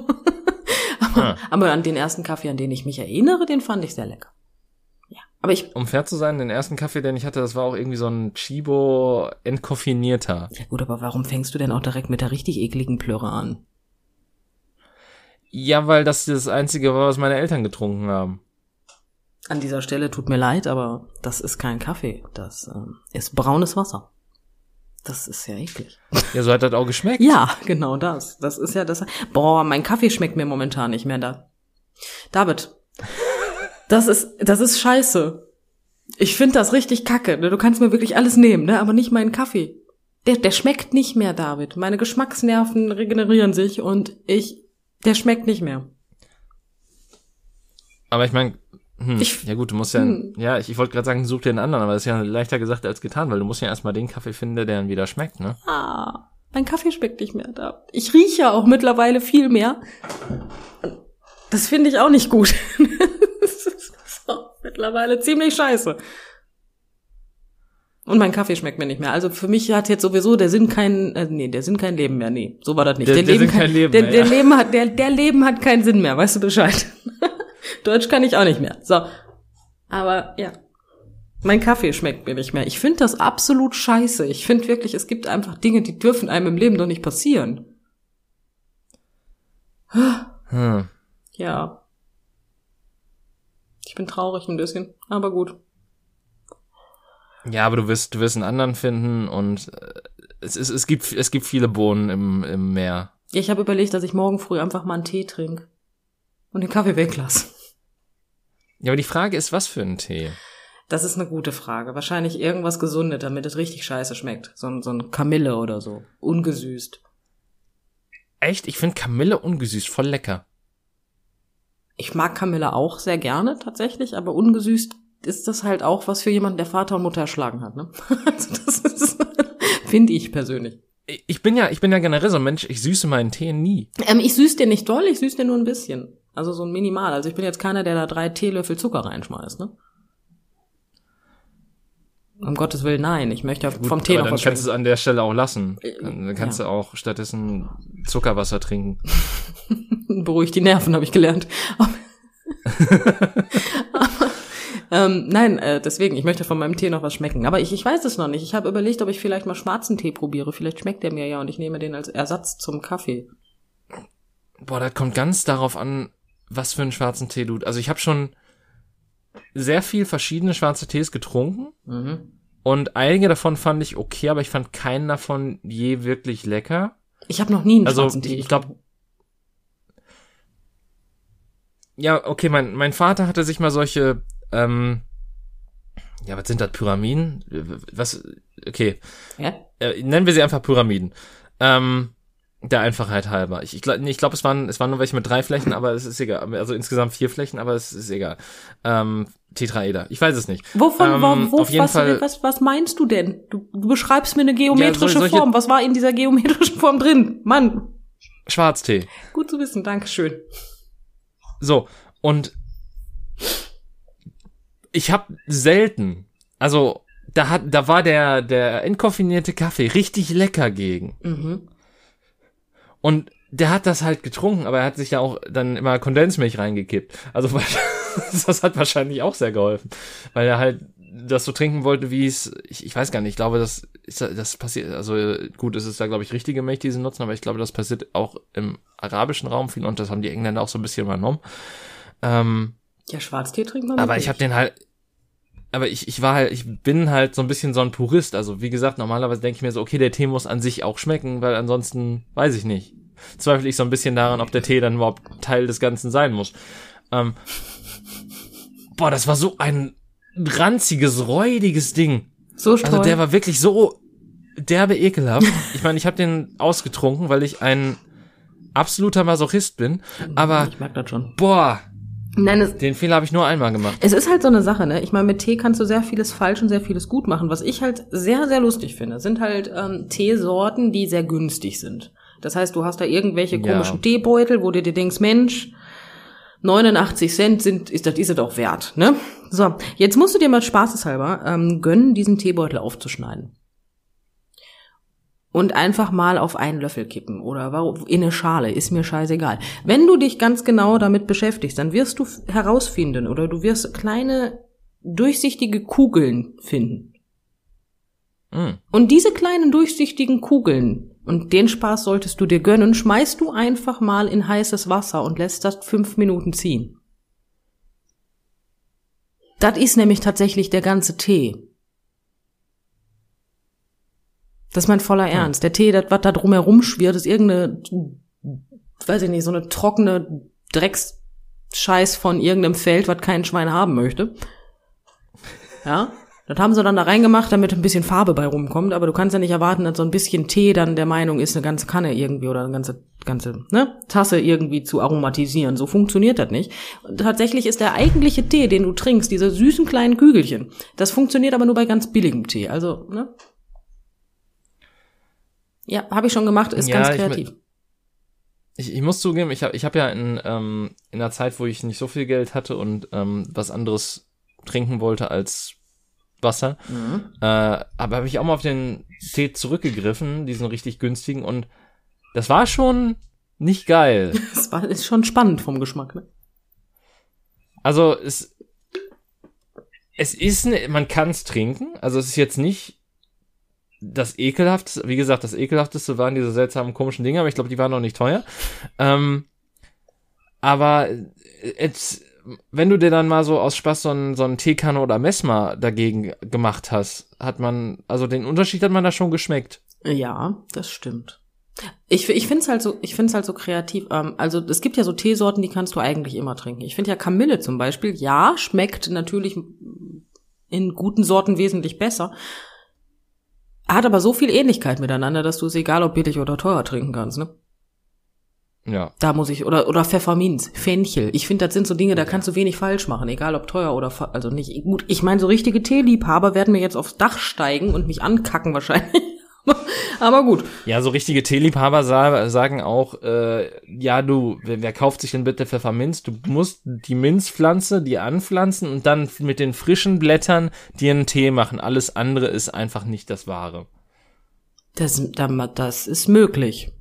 Aber an den ersten Kaffee, an den ich mich erinnere, den fand ich sehr lecker. Aber um fair zu sein, den ersten Kaffee, den ich hatte, das war auch irgendwie so ein Chibo entkoffinierter. Ja gut, aber warum fängst du denn auch direkt mit der richtig ekligen Plörre an? Ja, weil das Einzige war, was meine Eltern getrunken haben. An dieser Stelle tut mir leid, aber das ist kein Kaffee. Das ist braunes Wasser. Das ist ja eklig. Ja, so hat das auch geschmeckt. Ja, genau das. Das ist ja das. Boah, mein Kaffee schmeckt mir momentan nicht mehr da. David. Das ist scheiße. Ich finde das richtig kacke. Du kannst mir wirklich alles nehmen, ne? Aber nicht meinen Kaffee. Der schmeckt nicht mehr, David. Meine Geschmacksnerven regenerieren sich und der schmeckt nicht mehr. Aber ich meine, ja gut, du musst ja, ich wollte gerade sagen, such dir einen anderen, aber das ist ja leichter gesagt als getan, weil du musst ja erstmal den Kaffee finden, der dann wieder schmeckt, ne? Mein Kaffee schmeckt nicht mehr, David. Ich rieche ja auch mittlerweile viel mehr. Das finde ich auch nicht gut. Mittlerweile ziemlich scheiße. Und mein Kaffee schmeckt mir nicht mehr. Also für mich hat jetzt sowieso der Sinn kein Leben mehr. Nee, so war das nicht. Der Leben hat keinen Sinn mehr, weißt du Bescheid. Deutsch kann ich auch nicht mehr. So. Aber ja. Mein Kaffee schmeckt mir nicht mehr. Ich finde das absolut scheiße. Ich finde wirklich, es gibt einfach Dinge, die dürfen einem im Leben doch nicht passieren. Ja. Ich bin traurig ein bisschen, aber gut. Ja, aber du wirst einen anderen finden und es gibt viele Bohnen im Meer. Ich habe überlegt, dass ich morgen früh einfach mal einen Tee trinke und den Kaffee weglasse. Ja, aber die Frage ist, was für ein Tee? Das ist eine gute Frage. Wahrscheinlich irgendwas Gesundes, damit es richtig scheiße schmeckt. So ein Kamille oder so. Ungesüßt. Echt? Ich finde Kamille ungesüßt voll lecker. Ich mag Kamille auch sehr gerne tatsächlich, aber ungesüßt ist das halt auch was für jemanden, der Vater und Mutter erschlagen hat, ne? Also das ist, finde ich persönlich. Ich bin ja generell so ein Mensch, ich süße meinen Tee nie. Ich süße den nicht doll, ich süße den nur ein bisschen. Also so ein Minimal. Also ich bin jetzt keiner, der da 3 Teelöffel Zucker reinschmeißt, ne? Um Gottes Willen, nein. Ich möchte vom Tee noch was dann kannst du es an der Stelle auch lassen. Dann kannst du auch stattdessen Zuckerwasser trinken. Beruhigt die Nerven, habe ich gelernt. Nein, deswegen, ich möchte von meinem Tee noch was schmecken. Aber ich weiß es noch nicht. Ich habe überlegt, ob ich vielleicht mal schwarzen Tee probiere. Vielleicht schmeckt der mir ja und ich nehme den als Ersatz zum Kaffee. Boah, das kommt ganz darauf an, was für einen schwarzen Tee du... Also ich habe schon sehr viel verschiedene schwarze Tees getrunken. Mhm. Und einige davon fand ich okay, aber ich fand keinen davon je wirklich lecker. Ich habe noch nie einen schwarzen Tee. Ich glaube... Ja, okay, mein Vater hatte sich mal solche... was sind das, Pyramiden? Okay. Ja? Nennen wir sie einfach Pyramiden. Der Einfachheit halber. Ich glaube, es waren nur welche mit 3 Flächen, aber es ist egal. Also insgesamt 4 Flächen, aber es ist egal. Tetraeder. Ich weiß es nicht. Was meinst du denn? Du beschreibst mir eine geometrische Form. Was war in dieser geometrischen Form drin? Mann. Schwarztee. Gut zu wissen, Dankeschön. So, und ich habe selten, also da war der entkoffinierte Kaffee richtig lecker gegen. Mhm. Und der hat das halt getrunken, aber er hat sich ja auch dann immer Kondensmilch reingekippt. Also das hat wahrscheinlich auch sehr geholfen, weil er halt das so trinken wollte, wie es, ich weiß gar nicht, ich glaube, das passiert, also gut, es ist da, glaube ich, richtige Milch, die sie nutzen, aber ich glaube, das passiert auch im arabischen Raum viel und das haben die Engländer auch so ein bisschen übernommen. Ja, Schwarztee trinkt man aber nicht. Ich habe den halt, aber ich bin halt so ein bisschen so ein Purist, also wie gesagt, normalerweise denke ich mir so, okay, der Tee muss an sich auch schmecken, weil ansonsten, weiß ich nicht, zweifle ich so ein bisschen daran, ob der Tee dann überhaupt Teil des Ganzen sein muss. Das war so ein ranziges, räudiges Ding. So toll. Also der war wirklich so derbe ekelhaft. Ich meine, ich habe den ausgetrunken, weil ich ein absoluter Masochist bin, aber ich merke das schon. Nein, den Fehler habe ich nur einmal gemacht. Es ist halt so eine Sache, ne? Ich meine, mit Tee kannst du sehr vieles falsch und sehr vieles gut machen. Was ich halt sehr, sehr lustig finde, sind halt Teesorten, die sehr günstig sind. Das heißt, du hast da irgendwelche komischen Teebeutel, wo du dir denkst, Mensch, 89 Cent ist das auch wert, ne? So, jetzt musst du dir mal spaßeshalber gönnen, diesen Teebeutel aufzuschneiden. Und einfach mal auf einen Löffel kippen oder in eine Schale, ist mir scheißegal. Wenn du dich ganz genau damit beschäftigst, dann wirst du herausfinden oder du wirst kleine, durchsichtige Kugeln finden. Und diese kleinen, durchsichtigen Kugeln, und den Spaß solltest du dir gönnen, schmeißt du einfach mal in heißes Wasser und lässt das 5 Minuten ziehen. Das ist nämlich tatsächlich der ganze Tee. Das ist mein voller Ernst. Der Tee, das, was da drumherum schwirrt, ist irgendeine, weiß ich nicht, so eine trockene Drecksscheiß von irgendeinem Feld, was kein Schwein haben möchte. Ja, das haben sie dann da reingemacht, damit ein bisschen Farbe bei rumkommt, aber du kannst ja nicht erwarten, dass so ein bisschen Tee dann der Meinung ist, eine ganze Kanne irgendwie oder eine ganze Tasse irgendwie zu aromatisieren. So funktioniert das nicht. Und tatsächlich ist der eigentliche Tee, den du trinkst, diese süßen kleinen Kügelchen, das funktioniert aber nur bei ganz billigem Tee. Also, ne? Ja, habe ich schon gemacht, ist ganz kreativ. Ich muss zugeben, ich hab ja in einer Zeit, wo ich nicht so viel Geld hatte und was anderes trinken wollte als Wasser, aber habe ich auch mal auf den Tee zurückgegriffen, diesen richtig günstigen, und das war schon nicht geil. Ist schon spannend vom Geschmack, ne? Also es ist, man kann es trinken, also es ist jetzt nicht das Ekelhafteste, wie gesagt, das Ekelhafteste waren diese seltsamen komischen Dinge, aber ich glaube, die waren noch nicht teuer. Aber jetzt, wenn du dir dann mal so aus Spaß so einen Teekanne oder Messmer dagegen gemacht hast, also den Unterschied hat man da schon geschmeckt. Ja, das stimmt. Ich find's halt so kreativ. Also es gibt ja so Teesorten, die kannst du eigentlich immer trinken. Ich finde ja Kamille zum Beispiel, ja, schmeckt natürlich in guten Sorten wesentlich besser. Hat aber so viel Ähnlichkeit miteinander, dass du es egal ob billig oder teuer trinken kannst, ne? Ja. Da muss ich, oder Pfefferminz, Fenchel. Ich finde, das sind so Dinge, da kannst du wenig falsch machen, egal ob teuer oder, also nicht, gut, ich meine, so richtige Teeliebhaber werden mir jetzt aufs Dach steigen und mich ankacken wahrscheinlich. Aber gut. Ja, so richtige Teeliebhaber sagen auch, wer kauft sich denn bitte Pfefferminz? Du musst die Minzpflanze, die anpflanzen und dann mit den frischen Blättern dir einen Tee machen. Alles andere ist einfach nicht das Wahre. Das ist möglich.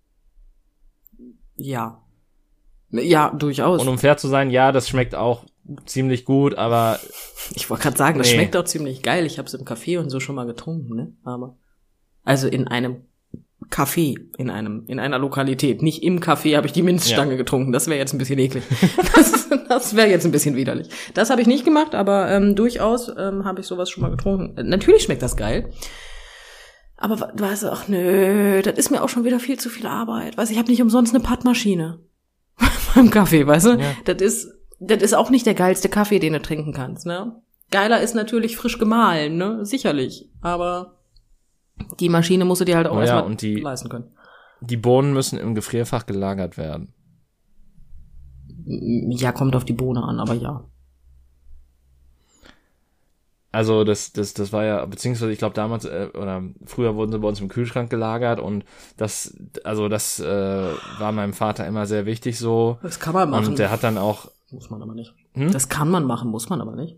Ja. Ja, durchaus. Und um fair zu sein, ja, das schmeckt auch ziemlich gut, aber ich wollte gerade sagen, das schmeckt auch ziemlich geil. Ich habe es im Café und so schon mal getrunken, ne? Aber also in einem Café, in einer Lokalität, nicht im Café habe ich die Minzstange getrunken. Das wäre jetzt ein bisschen eklig. Das wäre jetzt ein bisschen widerlich. Das habe ich nicht gemacht, aber durchaus habe ich sowas schon mal getrunken. Natürlich schmeckt das geil. Aber du weißt, ach nö, das ist mir auch schon wieder viel zu viel Arbeit. Weißt, ich habe nicht umsonst eine Pattmaschine beim Kaffee, weißt du? Ja. Das ist auch nicht der geilste Kaffee, den du trinken kannst, ne? Geiler ist natürlich frisch gemahlen, ne? Sicherlich, aber Die Maschine musst du dir halt auch Ja, erstmal und leisten können. die Bohnen müssen im Gefrierfach gelagert werden. Ja, kommt auf die Bohne an, aber ja. Also das war ja, beziehungsweise ich glaube damals oder früher wurden sie bei uns im Kühlschrank gelagert und das war meinem Vater immer sehr wichtig so. Das kann man machen. Und der hat dann auch... Muss man aber nicht. Das kann man machen, muss man aber nicht.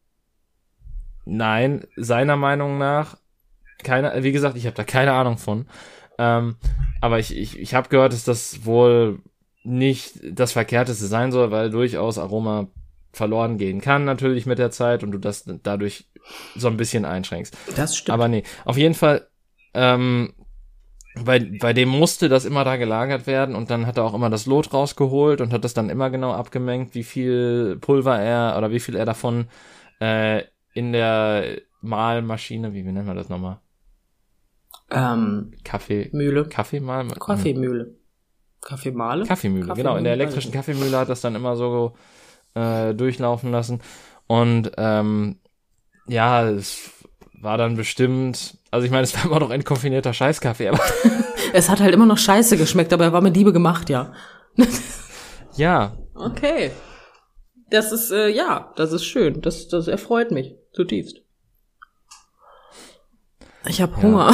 Nein, seiner Meinung nach, wie gesagt, ich habe da keine Ahnung von. Aber ich habe gehört, dass das wohl nicht das Verkehrteste sein soll, weil durchaus Aroma verloren gehen kann natürlich mit der Zeit und du das dadurch so ein bisschen einschränkst. Das stimmt. Aber nee, auf jeden Fall, bei dem musste das immer da gelagert werden und dann hat er auch immer das Lot rausgeholt und hat das dann immer genau abgemengt, wie viel Pulver wie viel er davon in der Mahlmaschine, wie nennen wir das nochmal? Kaffeemühle. Kaffeemühle, genau. In der elektrischen Kaffeemühle hat das dann immer so durchlaufen lassen. Und ja, es war dann bestimmt, also ich meine, es war immer noch ein koffinierter Scheißkaffee, aber es hat halt immer noch scheiße geschmeckt, aber er war mit Liebe gemacht, ja. Ja. Okay. Das ist, das ist schön. Das erfreut mich zutiefst. Ich habe Hunger.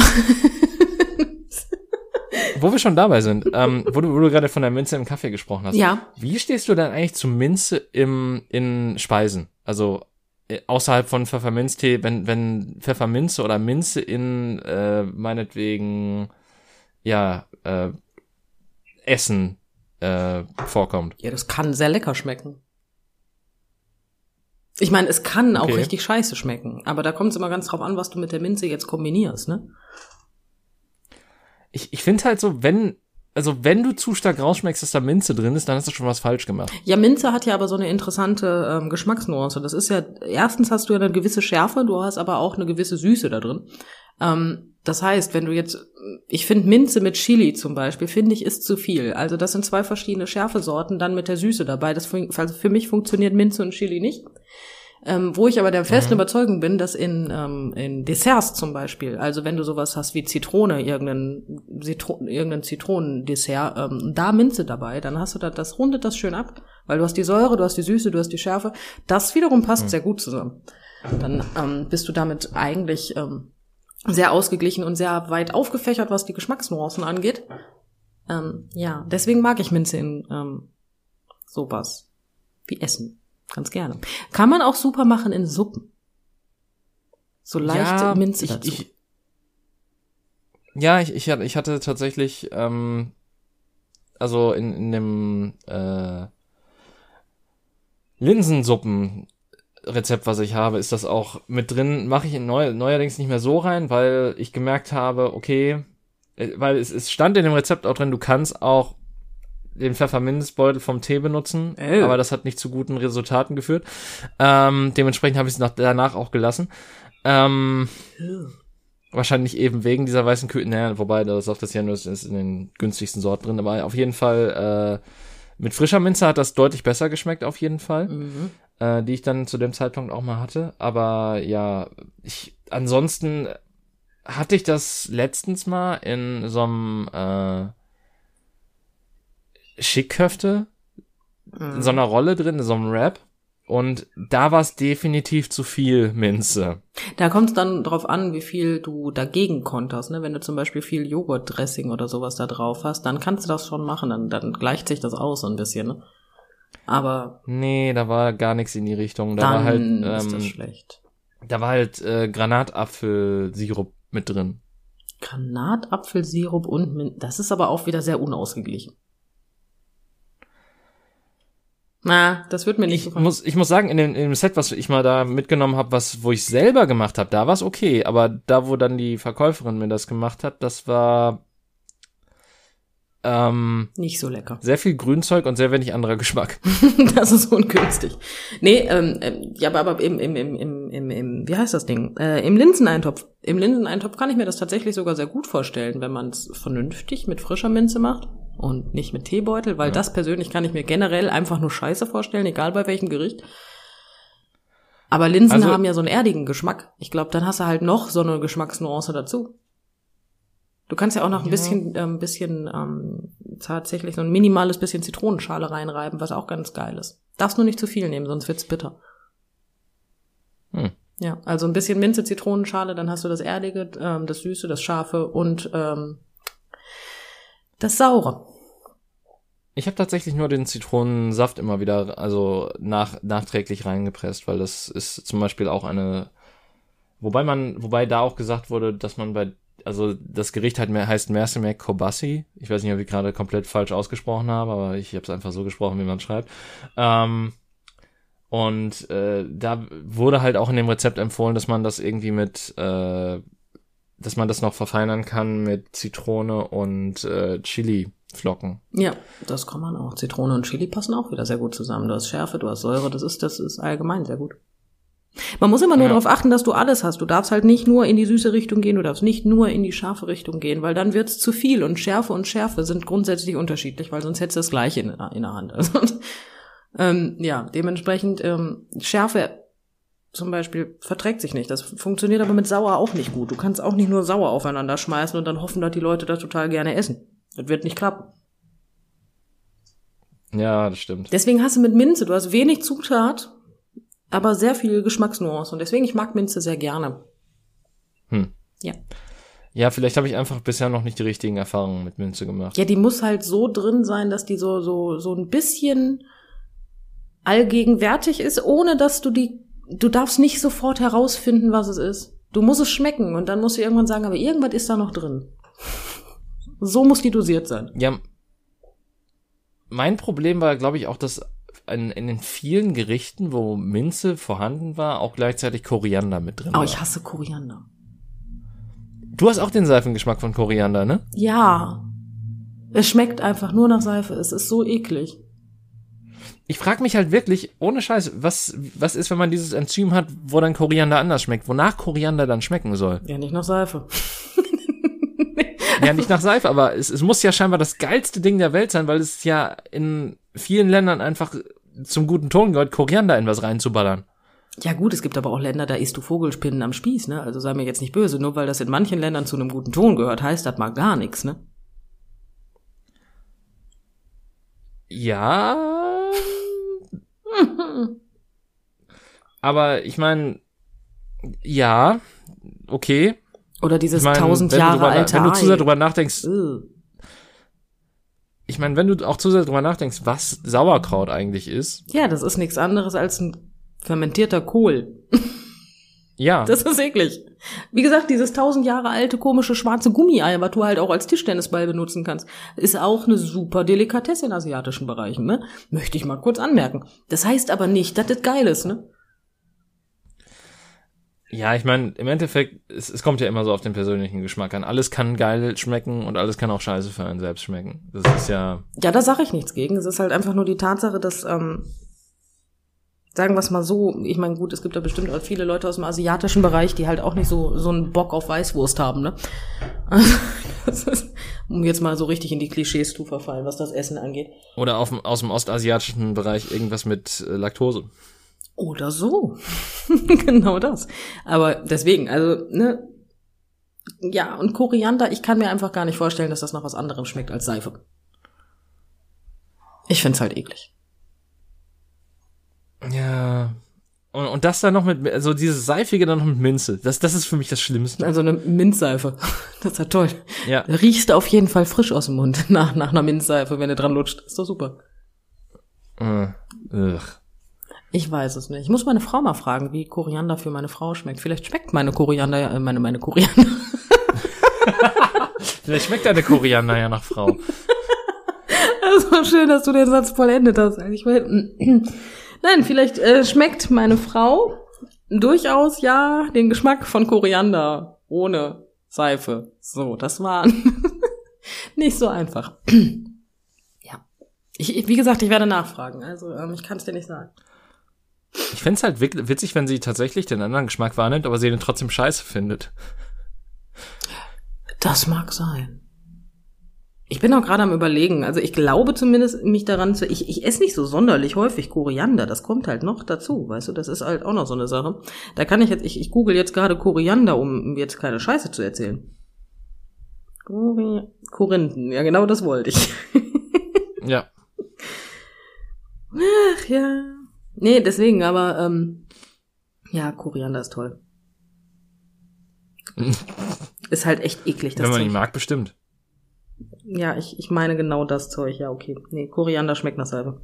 Wo wir schon dabei sind, wo du gerade von der Minze im Kaffee gesprochen hast. Ja. Wie stehst du denn eigentlich zu Minze in Speisen? Also außerhalb von Pfefferminztee, wenn Pfefferminze oder Minze in meinetwegen Essen vorkommt. Ja, das kann sehr lecker schmecken. Ich meine, es kann auch richtig scheiße schmecken, aber da kommt es immer ganz drauf an, was du mit der Minze jetzt kombinierst, ne? Ich finde halt so, wenn du zu stark rausschmeckst, dass da Minze drin ist, dann hast du schon was falsch gemacht. Ja, Minze hat ja aber so eine interessante Geschmacksnuance. Das ist ja, erstens hast du ja eine gewisse Schärfe, du hast aber auch eine gewisse Süße da drin. Das heißt, wenn du jetzt, ich finde Minze mit Chili zum Beispiel, finde ich, ist zu viel. Also das sind 2 verschiedene Schärfesorten, dann mit der Süße dabei. Also für mich funktioniert Minze und Chili nicht. Wo ich aber der festen Überzeugung bin, dass in Desserts zum Beispiel, also wenn du sowas hast wie Zitrone, irgendein Zitronendessert, da Minze dabei, dann hast du das rundet das schön ab, weil du hast die Säure, du hast die Süße, du hast die Schärfe. Das wiederum passt sehr gut zusammen. Dann bist du damit eigentlich sehr ausgeglichen und sehr weit aufgefächert, was die Geschmacksnuancen angeht. Deswegen mag ich Minze in sowas wie Essen. Ganz gerne. Kann man auch super machen in Suppen. So leicht Minze dazu. Ich hatte tatsächlich, also in dem Linsensuppenrezept, was ich habe, ist das auch mit drin, mache ich neuerdings nicht mehr so rein, weil ich gemerkt habe, okay, weil es stand in dem Rezept auch drin, du kannst auch den Pfefferminzbeutel vom Tee benutzen, aber das hat nicht zu guten Resultaten geführt. Dementsprechend habe ich es danach auch gelassen. Wahrscheinlich eben wegen dieser weißen wobei das auf das Janus ist in den günstigsten Sorten drin, aber auf jeden Fall mit frischer Minze hat das deutlich besser geschmeckt, auf jeden Fall, die ich dann zu dem Zeitpunkt auch mal hatte. Aber ja, ansonsten hatte ich das letztens mal in so einem Schickköfte in so einer Rolle drin, in so einem Wrap. Und da war es definitiv zu viel Minze. Da kommt es dann drauf an, wie viel du dagegen konterst. Ne? Wenn du zum Beispiel viel Joghurtdressing oder sowas da drauf hast, dann kannst du das schon machen. Dann gleicht sich das aus so ein bisschen. Ne? Aber nee, da war gar nichts in die Richtung. Da dann war halt, ist das schlecht. Da war halt Granatapfelsirup mit drin. Granatapfelsirup und Minze. Das ist aber auch wieder sehr unausgeglichen. Na, das wird mir nicht gefallen. Ich muss sagen, in dem Set, was ich mal da mitgenommen habe, wo ich selber gemacht habe, da war es okay. Aber da, wo dann die Verkäuferin mir das gemacht hat, das war nicht so lecker. Sehr viel Grünzeug und sehr wenig anderer Geschmack. Das ist ungünstig. Nee, ja, aber wie heißt das Ding? Im Linseneintopf. Im Linseneintopf kann ich mir das tatsächlich sogar sehr gut vorstellen, wenn man es vernünftig mit frischer Minze macht und nicht mit Teebeutel, weil das persönlich kann ich mir generell einfach nur scheiße vorstellen, egal bei welchem Gericht. Aber Linsen haben ja so einen erdigen Geschmack. Ich glaube, dann hast du halt noch so eine Geschmacksnuance dazu. Du kannst ja auch noch ein bisschen tatsächlich so ein minimales bisschen Zitronenschale reinreiben, was auch ganz geil ist. Darfst nur nicht zu viel nehmen, sonst wird's bitter. Ja, also ein bisschen Minze, Zitronenschale, dann hast du das Erdige, das Süße, das Scharfe und das Saure. Ich habe tatsächlich nur den Zitronensaft immer wieder, also nachträglich reingepresst, weil das ist zum Beispiel auch wobei da auch gesagt wurde, dass man also das Gericht heißt Mercimek Kobasi. Ich weiß nicht, ob ich gerade komplett falsch ausgesprochen habe, aber ich habe es einfach so gesprochen, wie man schreibt. Da wurde halt auch in dem Rezept empfohlen, dass man das irgendwie dass man das noch verfeinern kann mit Zitrone und Chili-Flocken. Ja, das kann man auch. Zitrone und Chili passen auch wieder sehr gut zusammen. Du hast Schärfe, du hast Säure, das ist allgemein sehr gut. Man muss immer nur darauf achten, dass du alles hast. Du darfst halt nicht nur in die süße Richtung gehen, du darfst nicht nur in die scharfe Richtung gehen, weil dann wird's zu viel und Schärfe sind grundsätzlich unterschiedlich, weil sonst hättest du das Gleiche in der Hand. Also, dementsprechend Schärfe zum Beispiel verträgt sich nicht. Das funktioniert aber mit Sauer auch nicht gut. Du kannst auch nicht nur sauer aufeinander schmeißen und dann hoffen, dass die Leute das total gerne essen. Das wird nicht klappen. Ja, das stimmt. Deswegen hast du mit Minze, du hast wenig Zutat, aber sehr viel Geschmacksnuance. Und deswegen, ich mag Minze sehr gerne. Ja. Ja, vielleicht habe ich einfach bisher noch nicht die richtigen Erfahrungen mit Minze gemacht. Ja, die muss halt so drin sein, dass die so ein bisschen allgegenwärtig ist, ohne dass du darfst nicht sofort herausfinden, was es ist. Du musst es schmecken und dann musst du irgendwann sagen, aber irgendwas ist da noch drin. So muss die dosiert sein. Ja, mein Problem war, glaube ich, auch, dass in den vielen Gerichten, wo Minze vorhanden war, auch gleichzeitig Koriander mit drin war. Oh, ich hasse Koriander. Du hast auch den Seifengeschmack von Koriander, ne? Ja. Es schmeckt einfach nur nach Seife. Es ist so eklig. Ich frage mich halt wirklich, ohne Scheiß, was ist, wenn man dieses Enzym hat, wo dann Koriander anders schmeckt? Wonach Koriander dann schmecken soll? Ja, nicht nach Seife. Ja, nicht nach Seife, aber es muss ja scheinbar das geilste Ding der Welt sein, weil es ja in vielen Ländern einfach zum guten Ton gehört, Koriander in was reinzuballern. Ja gut, es gibt aber auch Länder, da isst du Vogelspinnen am Spieß, ne? Also sei mir jetzt nicht böse, nur weil das in manchen Ländern zu einem guten Ton gehört, heißt das mal gar nichts, ne? Ja. Aber ich meine, ja, okay. Oder dieses 1000 Jahre alte Ei. Wenn du zu sehr drüber nachdenkst, ich meine, wenn du auch zu sehr drüber nachdenkst, was Sauerkraut eigentlich ist. Ja, das ist nichts anderes als ein fermentierter Kohl. Ja. Das ist eklig. Wie gesagt, dieses 1000 Jahre alte komische schwarze Gummiei, was du halt auch als Tischtennisball benutzen kannst, ist auch eine super Delikatesse in asiatischen Bereichen, ne? Möchte ich mal kurz anmerken. Das heißt aber nicht, dass das geil ist, ne? Ja, ich meine, im Endeffekt, es kommt ja immer so auf den persönlichen Geschmack an. Alles kann geil schmecken und alles kann auch scheiße für einen selbst schmecken. Das ist ja... Ja, da sage ich nichts gegen. Es ist halt einfach nur die Tatsache, dass, sagen wir es mal so, ich meine, gut, es gibt da bestimmt auch viele Leute aus dem asiatischen Bereich, die halt auch nicht so einen Bock auf Weißwurst haben, ne? Das ist, um jetzt mal so richtig in die Klischees zu verfallen, was das Essen angeht. Oder aus dem ostasiatischen Bereich irgendwas mit Laktose. Oder so. Genau das. Aber deswegen, also, ne, ja, und Koriander, ich kann mir einfach gar nicht vorstellen, dass das nach was anderem schmeckt als Seife. Ich find's halt eklig. Ja. Und das dann noch mit, also dieses Seifige dann noch mit Minze. Das ist für mich das Schlimmste. Also eine Minzseife. Das ist ja toll. Ja. Da riechst du auf jeden Fall frisch aus dem Mund nach einer Minzseife, wenn du dran lutscht. Ist doch super. Ich weiß es nicht. Ich muss meine Frau mal fragen, wie Koriander für meine Frau schmeckt. Vielleicht schmeckt meine Koriander, meine Koriander. Vielleicht schmeckt deine Koriander ja nach Frau. Das war schön, dass du den Satz vollendet hast. Nein, vielleicht schmeckt meine Frau durchaus ja den Geschmack von Koriander ohne Seife. So, das war nicht so einfach. Ja. Wie gesagt, ich werde nachfragen. Also ich kann es dir nicht sagen. Ich fänd's halt witzig, wenn sie tatsächlich den anderen Geschmack wahrnimmt, aber sie den trotzdem scheiße findet. Das mag sein. Ich bin auch gerade am Überlegen. Also ich glaube zumindest mich daran zu... Ich esse nicht so sonderlich häufig Koriander. Das kommt halt noch dazu, weißt du? Das ist halt auch noch so eine Sache. Da kann ich jetzt... Ich google jetzt gerade Koriander, um jetzt keine Scheiße zu erzählen. Korinthen, ja genau das wollte ich. Ja. Ach ja. Nee, deswegen, aber ja, Koriander ist toll. Ist halt echt eklig, das Wenn man Zeug. ihn mag, bestimmt. Ja, ich meine genau das Zeug, ja, okay. Nee, Koriander schmeckt nach Seife.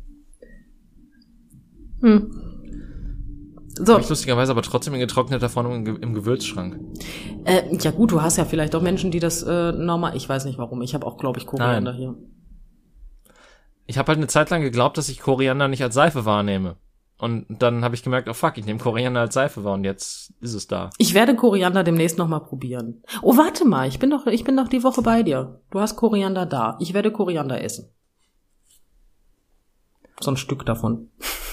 So. Hab ich lustigerweise aber trotzdem in getrockneter Form im Gewürzschrank. Ja gut, du hast ja vielleicht auch Menschen, die das normal, ich weiß nicht warum, ich habe auch, glaube ich, Koriander hier. Ich habe halt eine Zeit lang geglaubt, dass ich Koriander nicht als Seife wahrnehme. Und dann habe ich gemerkt, oh fuck, ich nehme Koriander als Seife wahr und jetzt ist es da. Ich werde Koriander demnächst nochmal probieren. Oh, warte mal, ich bin doch die Woche bei dir. Du hast Koriander da. Ich werde Koriander essen. So ein Stück davon.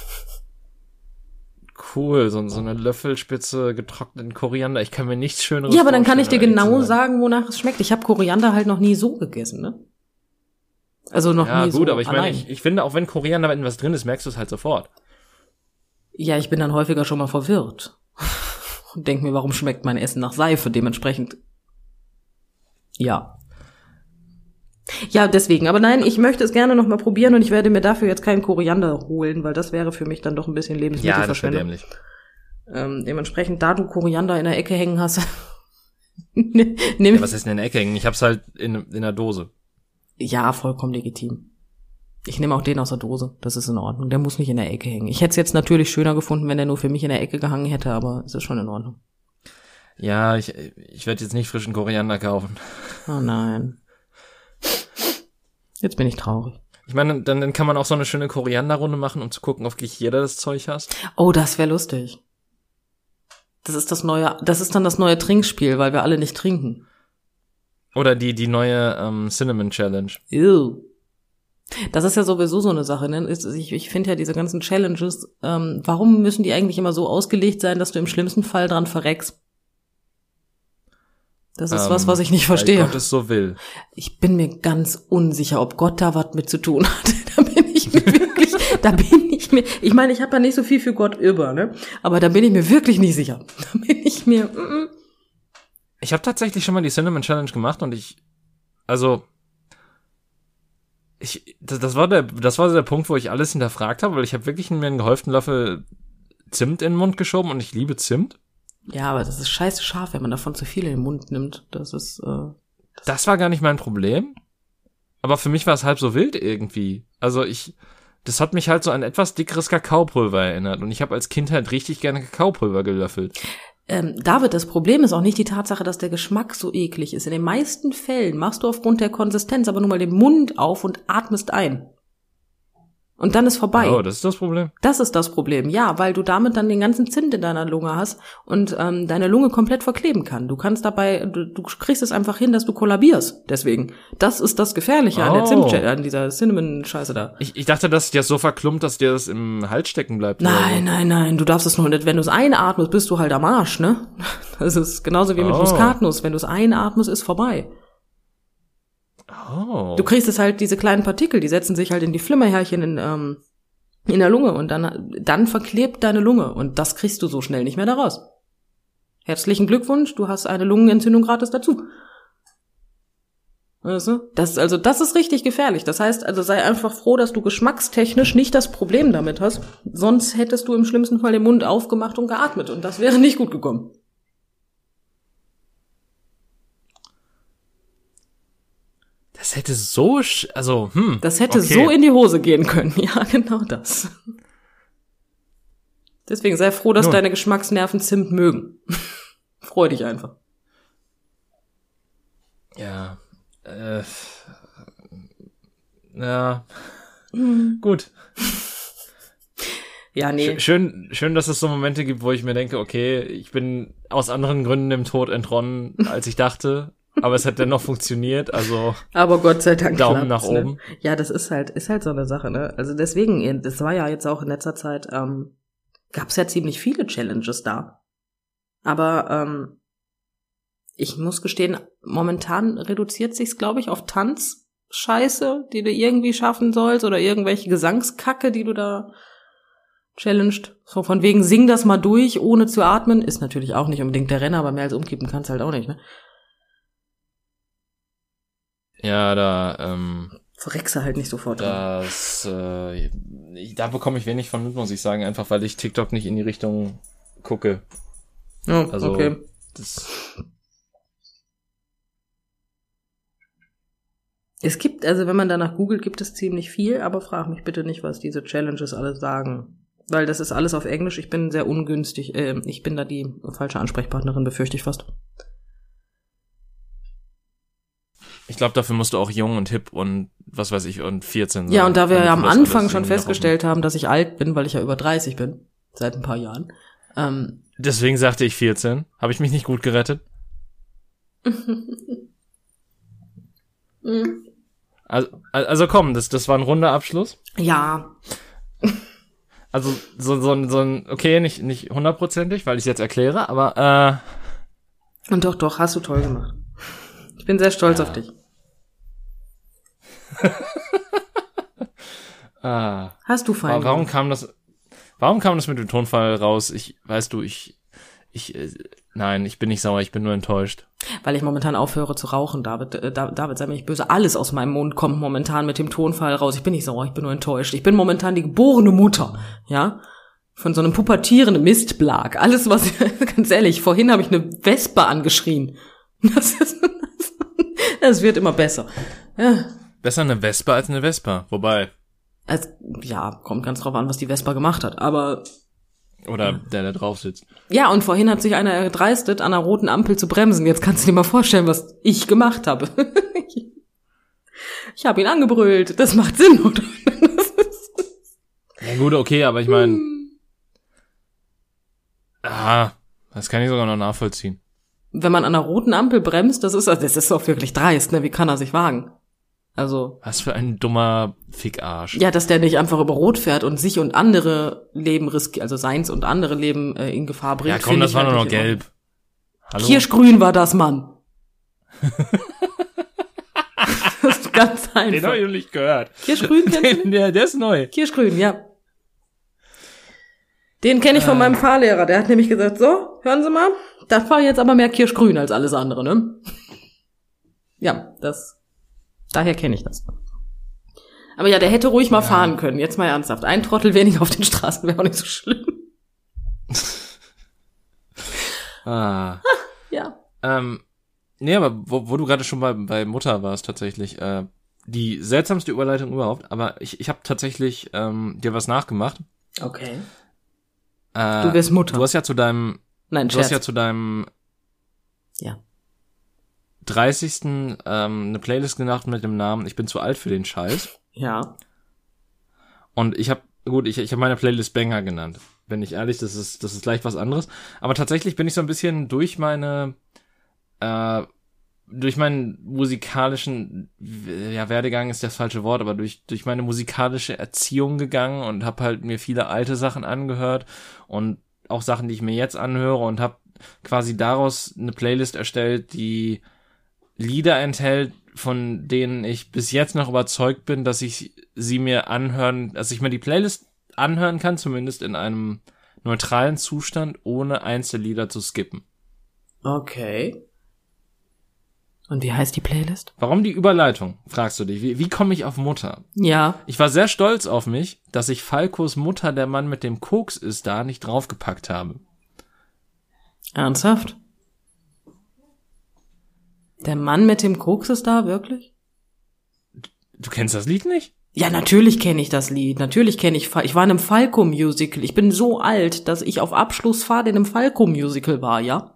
Cool, so eine Löffelspitze getrockneten Koriander. Ich kann mir nichts Schöneres Ja, aber dann kann ich dir vorstellen, genau ehrlich zu sein. sagen, wonach es schmeckt. Ich habe Koriander halt noch nie so gegessen, ne? Also noch Ja, nie so gut, aber ich meine, allein. ich finde, auch wenn Koriander in was drin ist, merkst du es halt sofort. Ja, ich bin dann häufiger schon mal verwirrt. Und denk mir, warum schmeckt mein Essen nach Seife? Dementsprechend. Ja. Ja, deswegen. Aber nein, ich möchte es gerne noch mal probieren und ich werde mir dafür jetzt keinen Koriander holen, weil das wäre für mich dann doch ein bisschen Lebensmittelverschwendung. dämlich. Dementsprechend, da du Koriander in der Ecke hängen hast, Ja, was heißt denn in der Ecke hängen? Ich hab's halt in der Dose. Ja, vollkommen legitim. Ich nehme auch den aus der Dose. Das ist in Ordnung. Der muss nicht in der Ecke hängen. Ich hätte es jetzt natürlich schöner gefunden, wenn der nur für mich in der Ecke gehangen hätte, aber es ist schon in Ordnung. Ja, ich werde jetzt nicht frischen Koriander kaufen. Oh nein. Jetzt bin ich traurig. Ich meine, dann kann man auch so eine schöne Korianderrunde machen, um zu gucken, ob wirklich jeder das Zeug hasst. Oh, das wäre lustig. Das ist dann das neue Trinkspiel, weil wir alle nicht trinken. Oder die neue Cinnamon Challenge. Ew. Das ist ja sowieso so eine Sache, ne? Ich finde ja diese ganzen Challenges, warum müssen die eigentlich immer so ausgelegt sein, dass du im schlimmsten Fall dran verreckst? Das ist was ich nicht verstehe. Weil Gott es so will. Ich bin mir ganz unsicher, ob Gott da was mit zu tun hat. Ich meine, ich habe ja nicht so viel für Gott über, ne? Aber da bin ich mir wirklich nicht sicher. Da bin ich mir, Ich habe tatsächlich schon mal die Cinnamon Challenge gemacht und das war der Punkt, wo ich alles hinterfragt habe, weil ich habe wirklich mir einen gehäuften Löffel Zimt in den Mund geschoben und ich liebe Zimt. ja, aber das ist scheiße scharf, wenn man davon zu viel in den Mund nimmt. Das Das war gar nicht mein Problem. Aber für mich war es halb so wild irgendwie. Also das hat mich halt so an etwas dickeres Kakaopulver erinnert und ich habe als Kind halt richtig gerne Kakaopulver gelöffelt. David, das Problem ist auch nicht die Tatsache, dass der Geschmack so eklig ist. In den meisten Fällen machst du aufgrund der Konsistenz aber nur mal den Mund auf und atmest ein. Und dann ist vorbei. Oh, das ist das Problem. Das ist das Problem, ja, weil du damit dann den ganzen Zimt in deiner Lunge hast und deine Lunge komplett verkleben kann. Du kannst dabei, du kriegst es einfach hin, dass du kollabierst. Deswegen, das ist das Gefährliche an der an dieser Cinnamon-Scheiße da. Ich dachte, dass dir das so verklumpt, dass dir das im Hals stecken bleibt. Nein, du darfst es nur nicht. Wenn du es einatmest, bist du halt am Arsch, ne? Das ist genauso wie mit Muskatnuss. Wenn du es einatmest, ist vorbei. Oh. Du kriegst es halt, diese kleinen Partikel, die setzen sich halt in die Flimmerhärchen in der Lunge und dann verklebt deine Lunge und das kriegst du so schnell nicht mehr daraus. Herzlichen Glückwunsch, du hast eine Lungenentzündung gratis dazu. Weißt du? Das ist richtig gefährlich. Das heißt, also sei einfach froh, dass du geschmackstechnisch nicht das Problem damit hast. Sonst hättest du im schlimmsten Fall den Mund aufgemacht und geatmet und das wäre nicht gut gekommen. Das hätte so, Das hätte so in die Hose gehen können. Ja, genau das. Deswegen sei froh, dass deine Geschmacksnerven Zimt mögen. Freu dich einfach. Ja. Ja. Gut. Ja, nee. Schön, dass es so Momente gibt, wo ich mir denke, okay, ich bin aus anderen Gründen dem Tod entronnen, als ich dachte. Aber es hat dennoch funktioniert, also. Aber Gott sei Dank Daumen nach oben. Ne? Ja, das ist halt so eine Sache, ne? Also deswegen, das war ja jetzt auch in letzter Zeit, gab's ja ziemlich viele Challenges da. Aber ich muss gestehen, momentan reduziert sich's, glaube ich, auf Tanzscheiße, die du irgendwie schaffen sollst oder irgendwelche Gesangskacke, die du da challenged. So von wegen, sing das mal durch, ohne zu atmen. Ist natürlich auch nicht unbedingt der Renner, aber mehr als umkippen kannst halt auch nicht, ne? Ja, Verrexe halt nicht sofort dran. da bekomme ich wenig von mit, muss ich sagen, einfach weil ich TikTok nicht in die Richtung gucke. Oh, Also, okay. Es gibt, also wenn man danach googelt, gibt es ziemlich viel, aber frag mich bitte nicht, was diese Challenges alles sagen. Weil das ist alles auf Englisch, ich bin sehr ungünstig, ich bin da die falsche Ansprechpartnerin, befürchte ich fast. Ich glaube, dafür musst du auch jung und hip und was weiß ich und 14 sein. Ja, und da wir ja am damit du das Anfang alles schon irgendwie noch festgestellt haben, dass ich alt bin, weil ich ja über 30 bin, seit ein paar Jahren. Deswegen sagte ich 14. Habe ich mich nicht gut gerettet? Also komm, das war ein runder Abschluss. Ja. Also so ein okay, nicht hundertprozentig, weil ich es jetzt erkläre, aber Und doch, hast du toll gemacht. Ich bin sehr stolz auf dich. Hast du fein Warum kam das mit dem Tonfall raus? Nein, ich bin nicht sauer, ich bin nur enttäuscht. Weil ich momentan aufhöre zu rauchen, David, sei mir nicht böse. Alles aus meinem Mund kommt momentan mit dem Tonfall raus. Ich bin nicht sauer, ich bin nur enttäuscht. Ich bin momentan die geborene Mutter, ja? Von so einem pubertierenden Mistblag. Alles, was, ganz ehrlich, vorhin habe ich eine Wespe angeschrien. Das wird immer besser. Ja. Besser eine Vespa als eine Vespa, wobei. Also, ja, kommt ganz drauf an, was die Vespa gemacht hat, aber... Oder der da drauf sitzt. Ja, und vorhin hat sich einer erdreistet, an einer roten Ampel zu bremsen. Jetzt kannst du dir mal vorstellen, was ich gemacht habe. Ich habe ihn angebrüllt. Das macht Sinn, oder? Ja gut, okay, aber ich meine... das kann ich sogar noch nachvollziehen. Wenn man an einer roten Ampel bremst, das ist auch wirklich dreist, ne? Wie kann er sich wagen? Also. Was für ein dummer Fickarsch. Ja, dass der nicht einfach über Rot fährt und sich und andere Leben riskiert, also seins und andere Leben in Gefahr bringt. Ja komm, das war nur noch gelb. Hallo? Kirschgrün war das, Mann. Das ist ganz einfach. Den hab ich noch nicht gehört. Kirschgrün kennst du? Der ist neu. Kirschgrün, ja. Den kenne ich von meinem Fahrlehrer. Der hat nämlich gesagt, so, hören Sie mal, das war jetzt aber mehr Kirschgrün als alles andere, ne? Ja, daher kenne ich das. Aber ja, der hätte ruhig mal fahren können. Jetzt mal ernsthaft. Ein Trottel weniger auf den Straßen wäre auch nicht so schlimm. Ja. Nee, aber wo du gerade schon bei Mutter warst tatsächlich, die seltsamste Überleitung überhaupt, aber ich habe tatsächlich dir was nachgemacht. Okay. Du wirst Mutter. Du hast ja zu deinem ja. 30. Eine Playlist gemacht mit dem Namen Ich bin zu alt für den Scheiß. Ja. Und ich habe meine Playlist Banger genannt. Wenn ich ehrlich, das ist leicht was anderes. Aber tatsächlich bin ich so ein bisschen durch meinen musikalischen, ja, Werdegang ist das falsche Wort, aber durch meine musikalische Erziehung gegangen und habe halt mir viele alte Sachen angehört und auch Sachen, die ich mir jetzt anhöre und habe quasi daraus eine Playlist erstellt, die Lieder enthält, von denen ich bis jetzt noch überzeugt bin, dass ich mir die Playlist anhören kann, zumindest in einem neutralen Zustand, ohne Einzellieder zu skippen. Okay. Und wie heißt die Playlist? Warum die Überleitung, fragst du dich. Wie komme ich auf Mutter? Ja. Ich war sehr stolz auf mich, dass ich Falcos Mutter, der Mann mit dem Koks ist da, nicht draufgepackt habe. Ernsthaft? Der Mann mit dem Koks ist da, wirklich? Du kennst das Lied nicht? Ja, natürlich kenne ich das Lied. Natürlich kenne ich war in einem Falco-Musical. Ich bin so alt, dass ich auf Abschlussfahrt in einem Falco-Musical war, ja?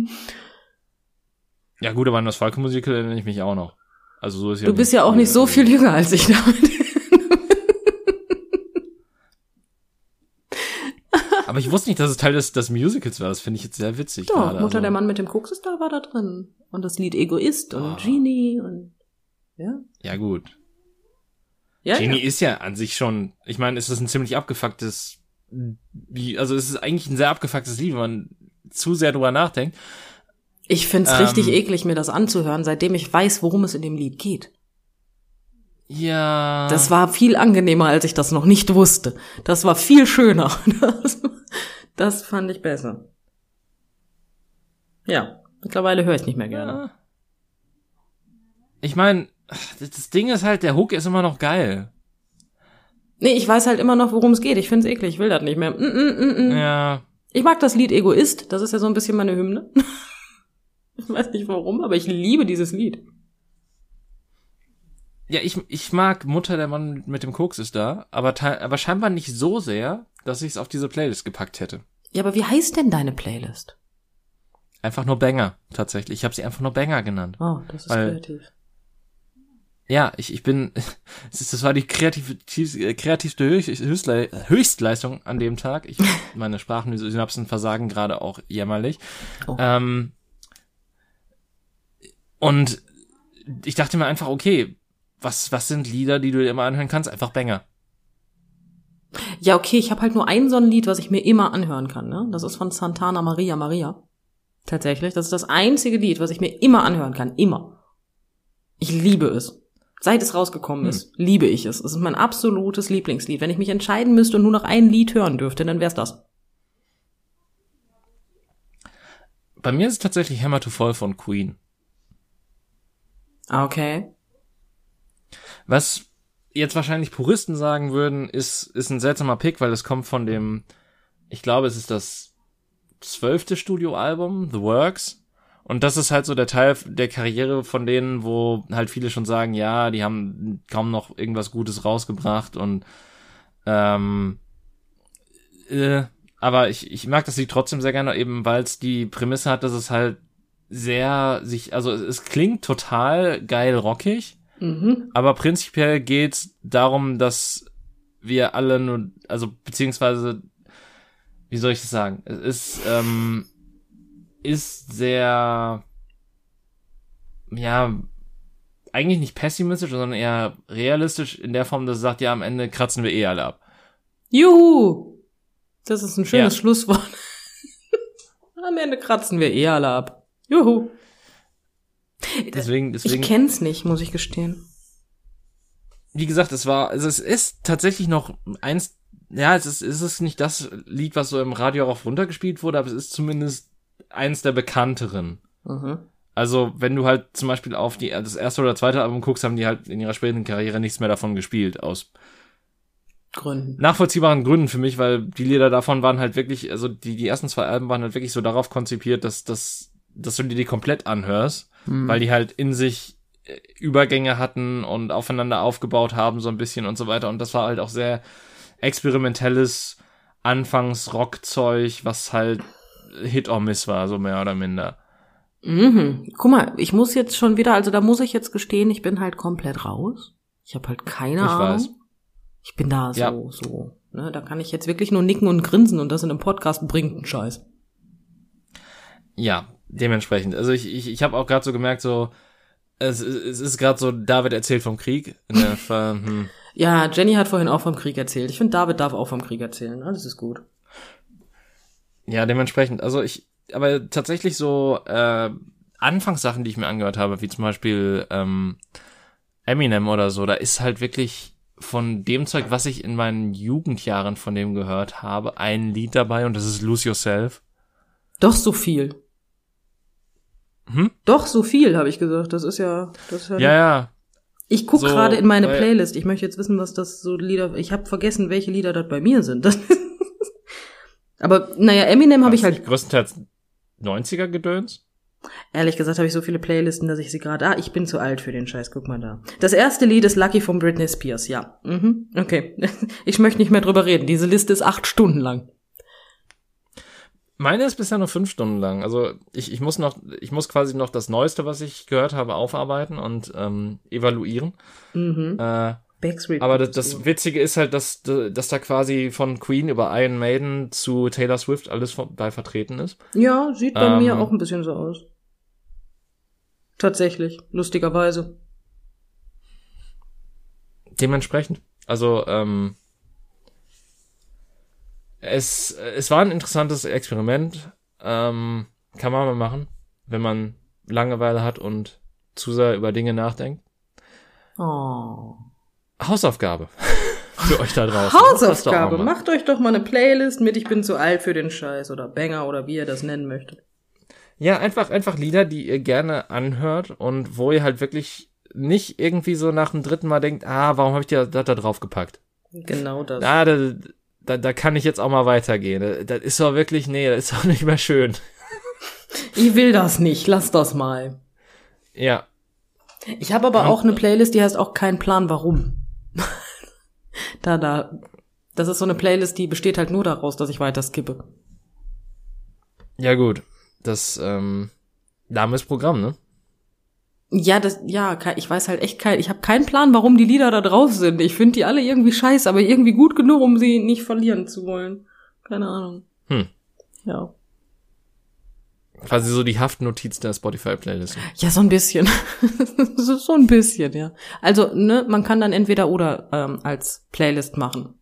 Ja gut, aber an das Falco-Musical erinnere ich mich auch noch. Also so ist ja. Du bist ja auch nicht so viel jünger als ich damit. Aber ich wusste nicht, dass es Teil des Musicals war. Das finde ich jetzt sehr witzig. Doch, gerade. Mutter, der Mann mit dem Koks ist da, war da drin. Und das Lied Egoist und Genie und ja. Ja gut. Ja, Genie ist ja an sich schon, ich meine, es ist ein ziemlich abgefucktes, also es ist eigentlich ein sehr abgefucktes Lied, wenn man zu sehr drüber nachdenkt. Ich find's richtig eklig, mir das anzuhören, seitdem ich weiß, worum es in dem Lied geht. Ja. Das war viel angenehmer, als ich das noch nicht wusste. Das war viel schöner. Das fand ich besser. Ja, mittlerweile höre ich nicht mehr gerne. Ich meine, Das Ding ist halt, der Hook ist immer noch geil. Nee, ich weiß halt immer noch, worum es geht. Ich find's eklig, ich will das nicht mehr. Ja. Ich mag das Lied Egoist, das ist ja so ein bisschen meine Hymne. Ich weiß nicht warum, aber ich liebe dieses Lied. Ja, ich mag Mutter, der Mann mit dem Koks ist da, aber scheinbar nicht so sehr, dass ich es auf diese Playlist gepackt hätte. Ja, aber wie heißt denn deine Playlist? Einfach nur Banger, tatsächlich. Ich habe sie einfach nur Banger genannt. Oh, das ist kreativ. Ja, ich bin, das war die kreativste Höchstleistung an dem Tag. Meine Sprachsynapsen versagen gerade auch jämmerlich. Oh. Und ich dachte mir einfach, okay, was sind Lieder, die du dir immer anhören kannst? Einfach Banger. Ja, okay, ich habe halt nur ein so ein Lied, was ich mir immer anhören kann, ne? Das ist von Santana Maria Maria. Tatsächlich, das ist das einzige Lied, was ich mir immer anhören kann, immer. Ich liebe es. Seit es rausgekommen ist, liebe ich es. Es ist mein absolutes Lieblingslied. Wenn ich mich entscheiden müsste und nur noch ein Lied hören dürfte, dann wär's das. Bei mir ist es tatsächlich Hammer to Fall von Queen. Okay. Was jetzt wahrscheinlich Puristen sagen würden, ist ein seltsamer Pick, weil es kommt von dem, ich glaube, es ist das 12. Studioalbum, The Works. Und das ist halt so der Teil der Karriere von denen, wo halt viele schon sagen, ja, die haben kaum noch irgendwas Gutes rausgebracht und aber ich mag das Lied trotzdem sehr gerne, eben weil es die Prämisse hat, dass es halt also es klingt total geil rockig, aber prinzipiell geht's darum, dass wir alle nur, also beziehungsweise, wie soll ich das sagen, es ist sehr, ja, eigentlich nicht pessimistisch, sondern eher realistisch in der Form, dass es sagt, ja, am Ende kratzen wir eh alle ab. Juhu! Das ist ein schönes Ja. Schlusswort. Am Ende kratzen wir eh alle ab. Juhu! Deswegen. Ich kenn's nicht, muss ich gestehen. Wie gesagt, es ist tatsächlich noch eins, ja, es ist nicht das Lied, was so im Radio rauf runtergespielt wurde, aber es ist zumindest eins der bekannteren. Also, wenn du halt zum Beispiel auf das erste oder zweite Album guckst, haben die halt in ihrer späteren Karriere nichts mehr davon gespielt, aus Gründen. nachvollziehbaren Gründen für mich, weil die Lieder davon waren halt wirklich, also die ersten 2 Alben waren halt wirklich so darauf konzipiert, dass du dir die komplett anhörst, weil die halt in sich Übergänge hatten und aufeinander aufgebaut haben, so ein bisschen und so weiter. Und das war halt auch sehr experimentelles Anfangs-Rockzeug, was halt Hit or Miss war, so mehr oder minder. Guck mal, ich muss jetzt schon wieder, also da muss ich jetzt gestehen, ich bin halt komplett raus. Ich habe halt keine Ahnung. Weiß. Ich bin da so, ne, da kann ich jetzt wirklich nur nicken und grinsen und das in einem Podcast bringt einen Scheiß. Ja, dementsprechend. Also ich habe auch gerade so gemerkt, so es ist gerade so, David erzählt vom Krieg. Ja, Jenny hat vorhin auch vom Krieg erzählt. Ich finde, David darf auch vom Krieg erzählen. Alles ist gut. Ja, dementsprechend. Also aber tatsächlich so Anfangssachen, die ich mir angehört habe, wie zum Beispiel Eminem oder so, da ist halt wirklich von dem Zeug, was ich in meinen Jugendjahren von dem gehört habe, ein Lied dabei und das ist Lose Yourself. Doch so viel. Doch so viel, habe ich gesagt. Das ist ja. Ja. Ich guck so, gerade in meine Playlist. Ich möchte jetzt wissen, was das so Lieder. Ich habe vergessen, welche Lieder das bei mir sind. Aber naja, Eminem habe ich halt. Größtenteils 90er Gedöns. Ehrlich gesagt habe ich so viele Playlisten, dass ich sie gerade. Ich bin zu alt für den Scheiß. Guck mal da. Das erste Lied ist Lucky von Britney Spears. Ja. Okay. Ich möchte nicht mehr drüber reden. Diese Liste ist 8 Stunden lang. Meine ist bisher nur 5 Stunden lang. Also ich muss quasi noch das Neueste, was ich gehört habe, aufarbeiten und evaluieren. Aber das Witzige ist halt, dass da quasi von Queen über Iron Maiden zu Taylor Swift alles bei vertreten ist. Ja, sieht bei mir auch ein bisschen so aus. Tatsächlich, lustigerweise. Dementsprechend. Also, es war ein interessantes Experiment. Kann man mal machen, wenn man Langeweile hat und zu sehr über Dinge nachdenkt. Oh. Hausaufgabe für euch da draußen. Hausaufgabe, macht euch doch mal eine Playlist mit Ich bin zu alt für den Scheiß oder Banger oder wie ihr das nennen möchtet. Ja, einfach Lieder, die ihr gerne anhört und wo ihr halt wirklich nicht irgendwie so nach dem 3. Mal denkt, warum habe ich das da drauf gepackt? Genau das. Da kann ich jetzt auch mal weitergehen. Das ist doch wirklich, das ist doch nicht mehr schön. Ich will das nicht, lass das mal. Ja. Ich habe aber auch eine Playlist, die heißt auch Kein Plan, warum. Das ist so eine Playlist, die besteht halt nur daraus, dass ich weiter skippe. Ja gut, das Name ist Programm, ne? Ja, ich weiß halt echt ich habe keinen Plan, warum die Lieder da drauf sind. Ich finde die alle irgendwie scheiße, aber irgendwie gut genug, um sie nicht verlieren zu wollen. Keine Ahnung. Ja. Quasi so die Haftnotiz der Spotify-Playlist. Ja, so ein bisschen. So ein bisschen, ja. Also, man kann dann entweder oder als Playlist machen.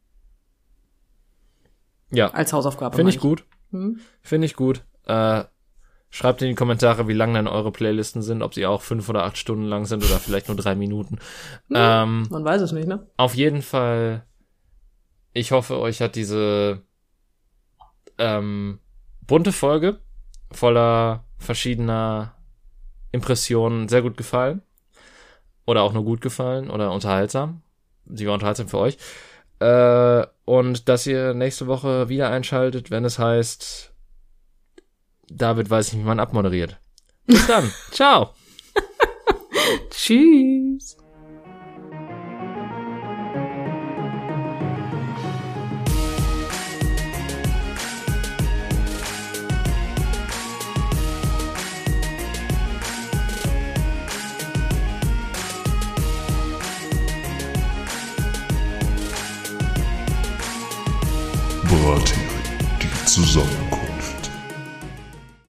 Ja. Als Hausaufgabe. Finde ich gut. Finde ich gut. Schreibt in die Kommentare, wie lang denn eure Playlisten sind, ob sie auch 5 oder 8 Stunden lang sind oder vielleicht nur 3 Minuten. Man weiß es nicht, ne? Auf jeden Fall, ich hoffe, euch hat diese bunte Folge voller verschiedener Impressionen sehr gut gefallen. Oder auch nur gut gefallen oder unterhaltsam. Sie war unterhaltsam für euch. Und dass ihr nächste Woche wieder einschaltet, wenn es heißt, David weiß nicht, wie man abmoderiert. Bis dann. Ciao. Tschüss. Brathering, die Zusammenkunft.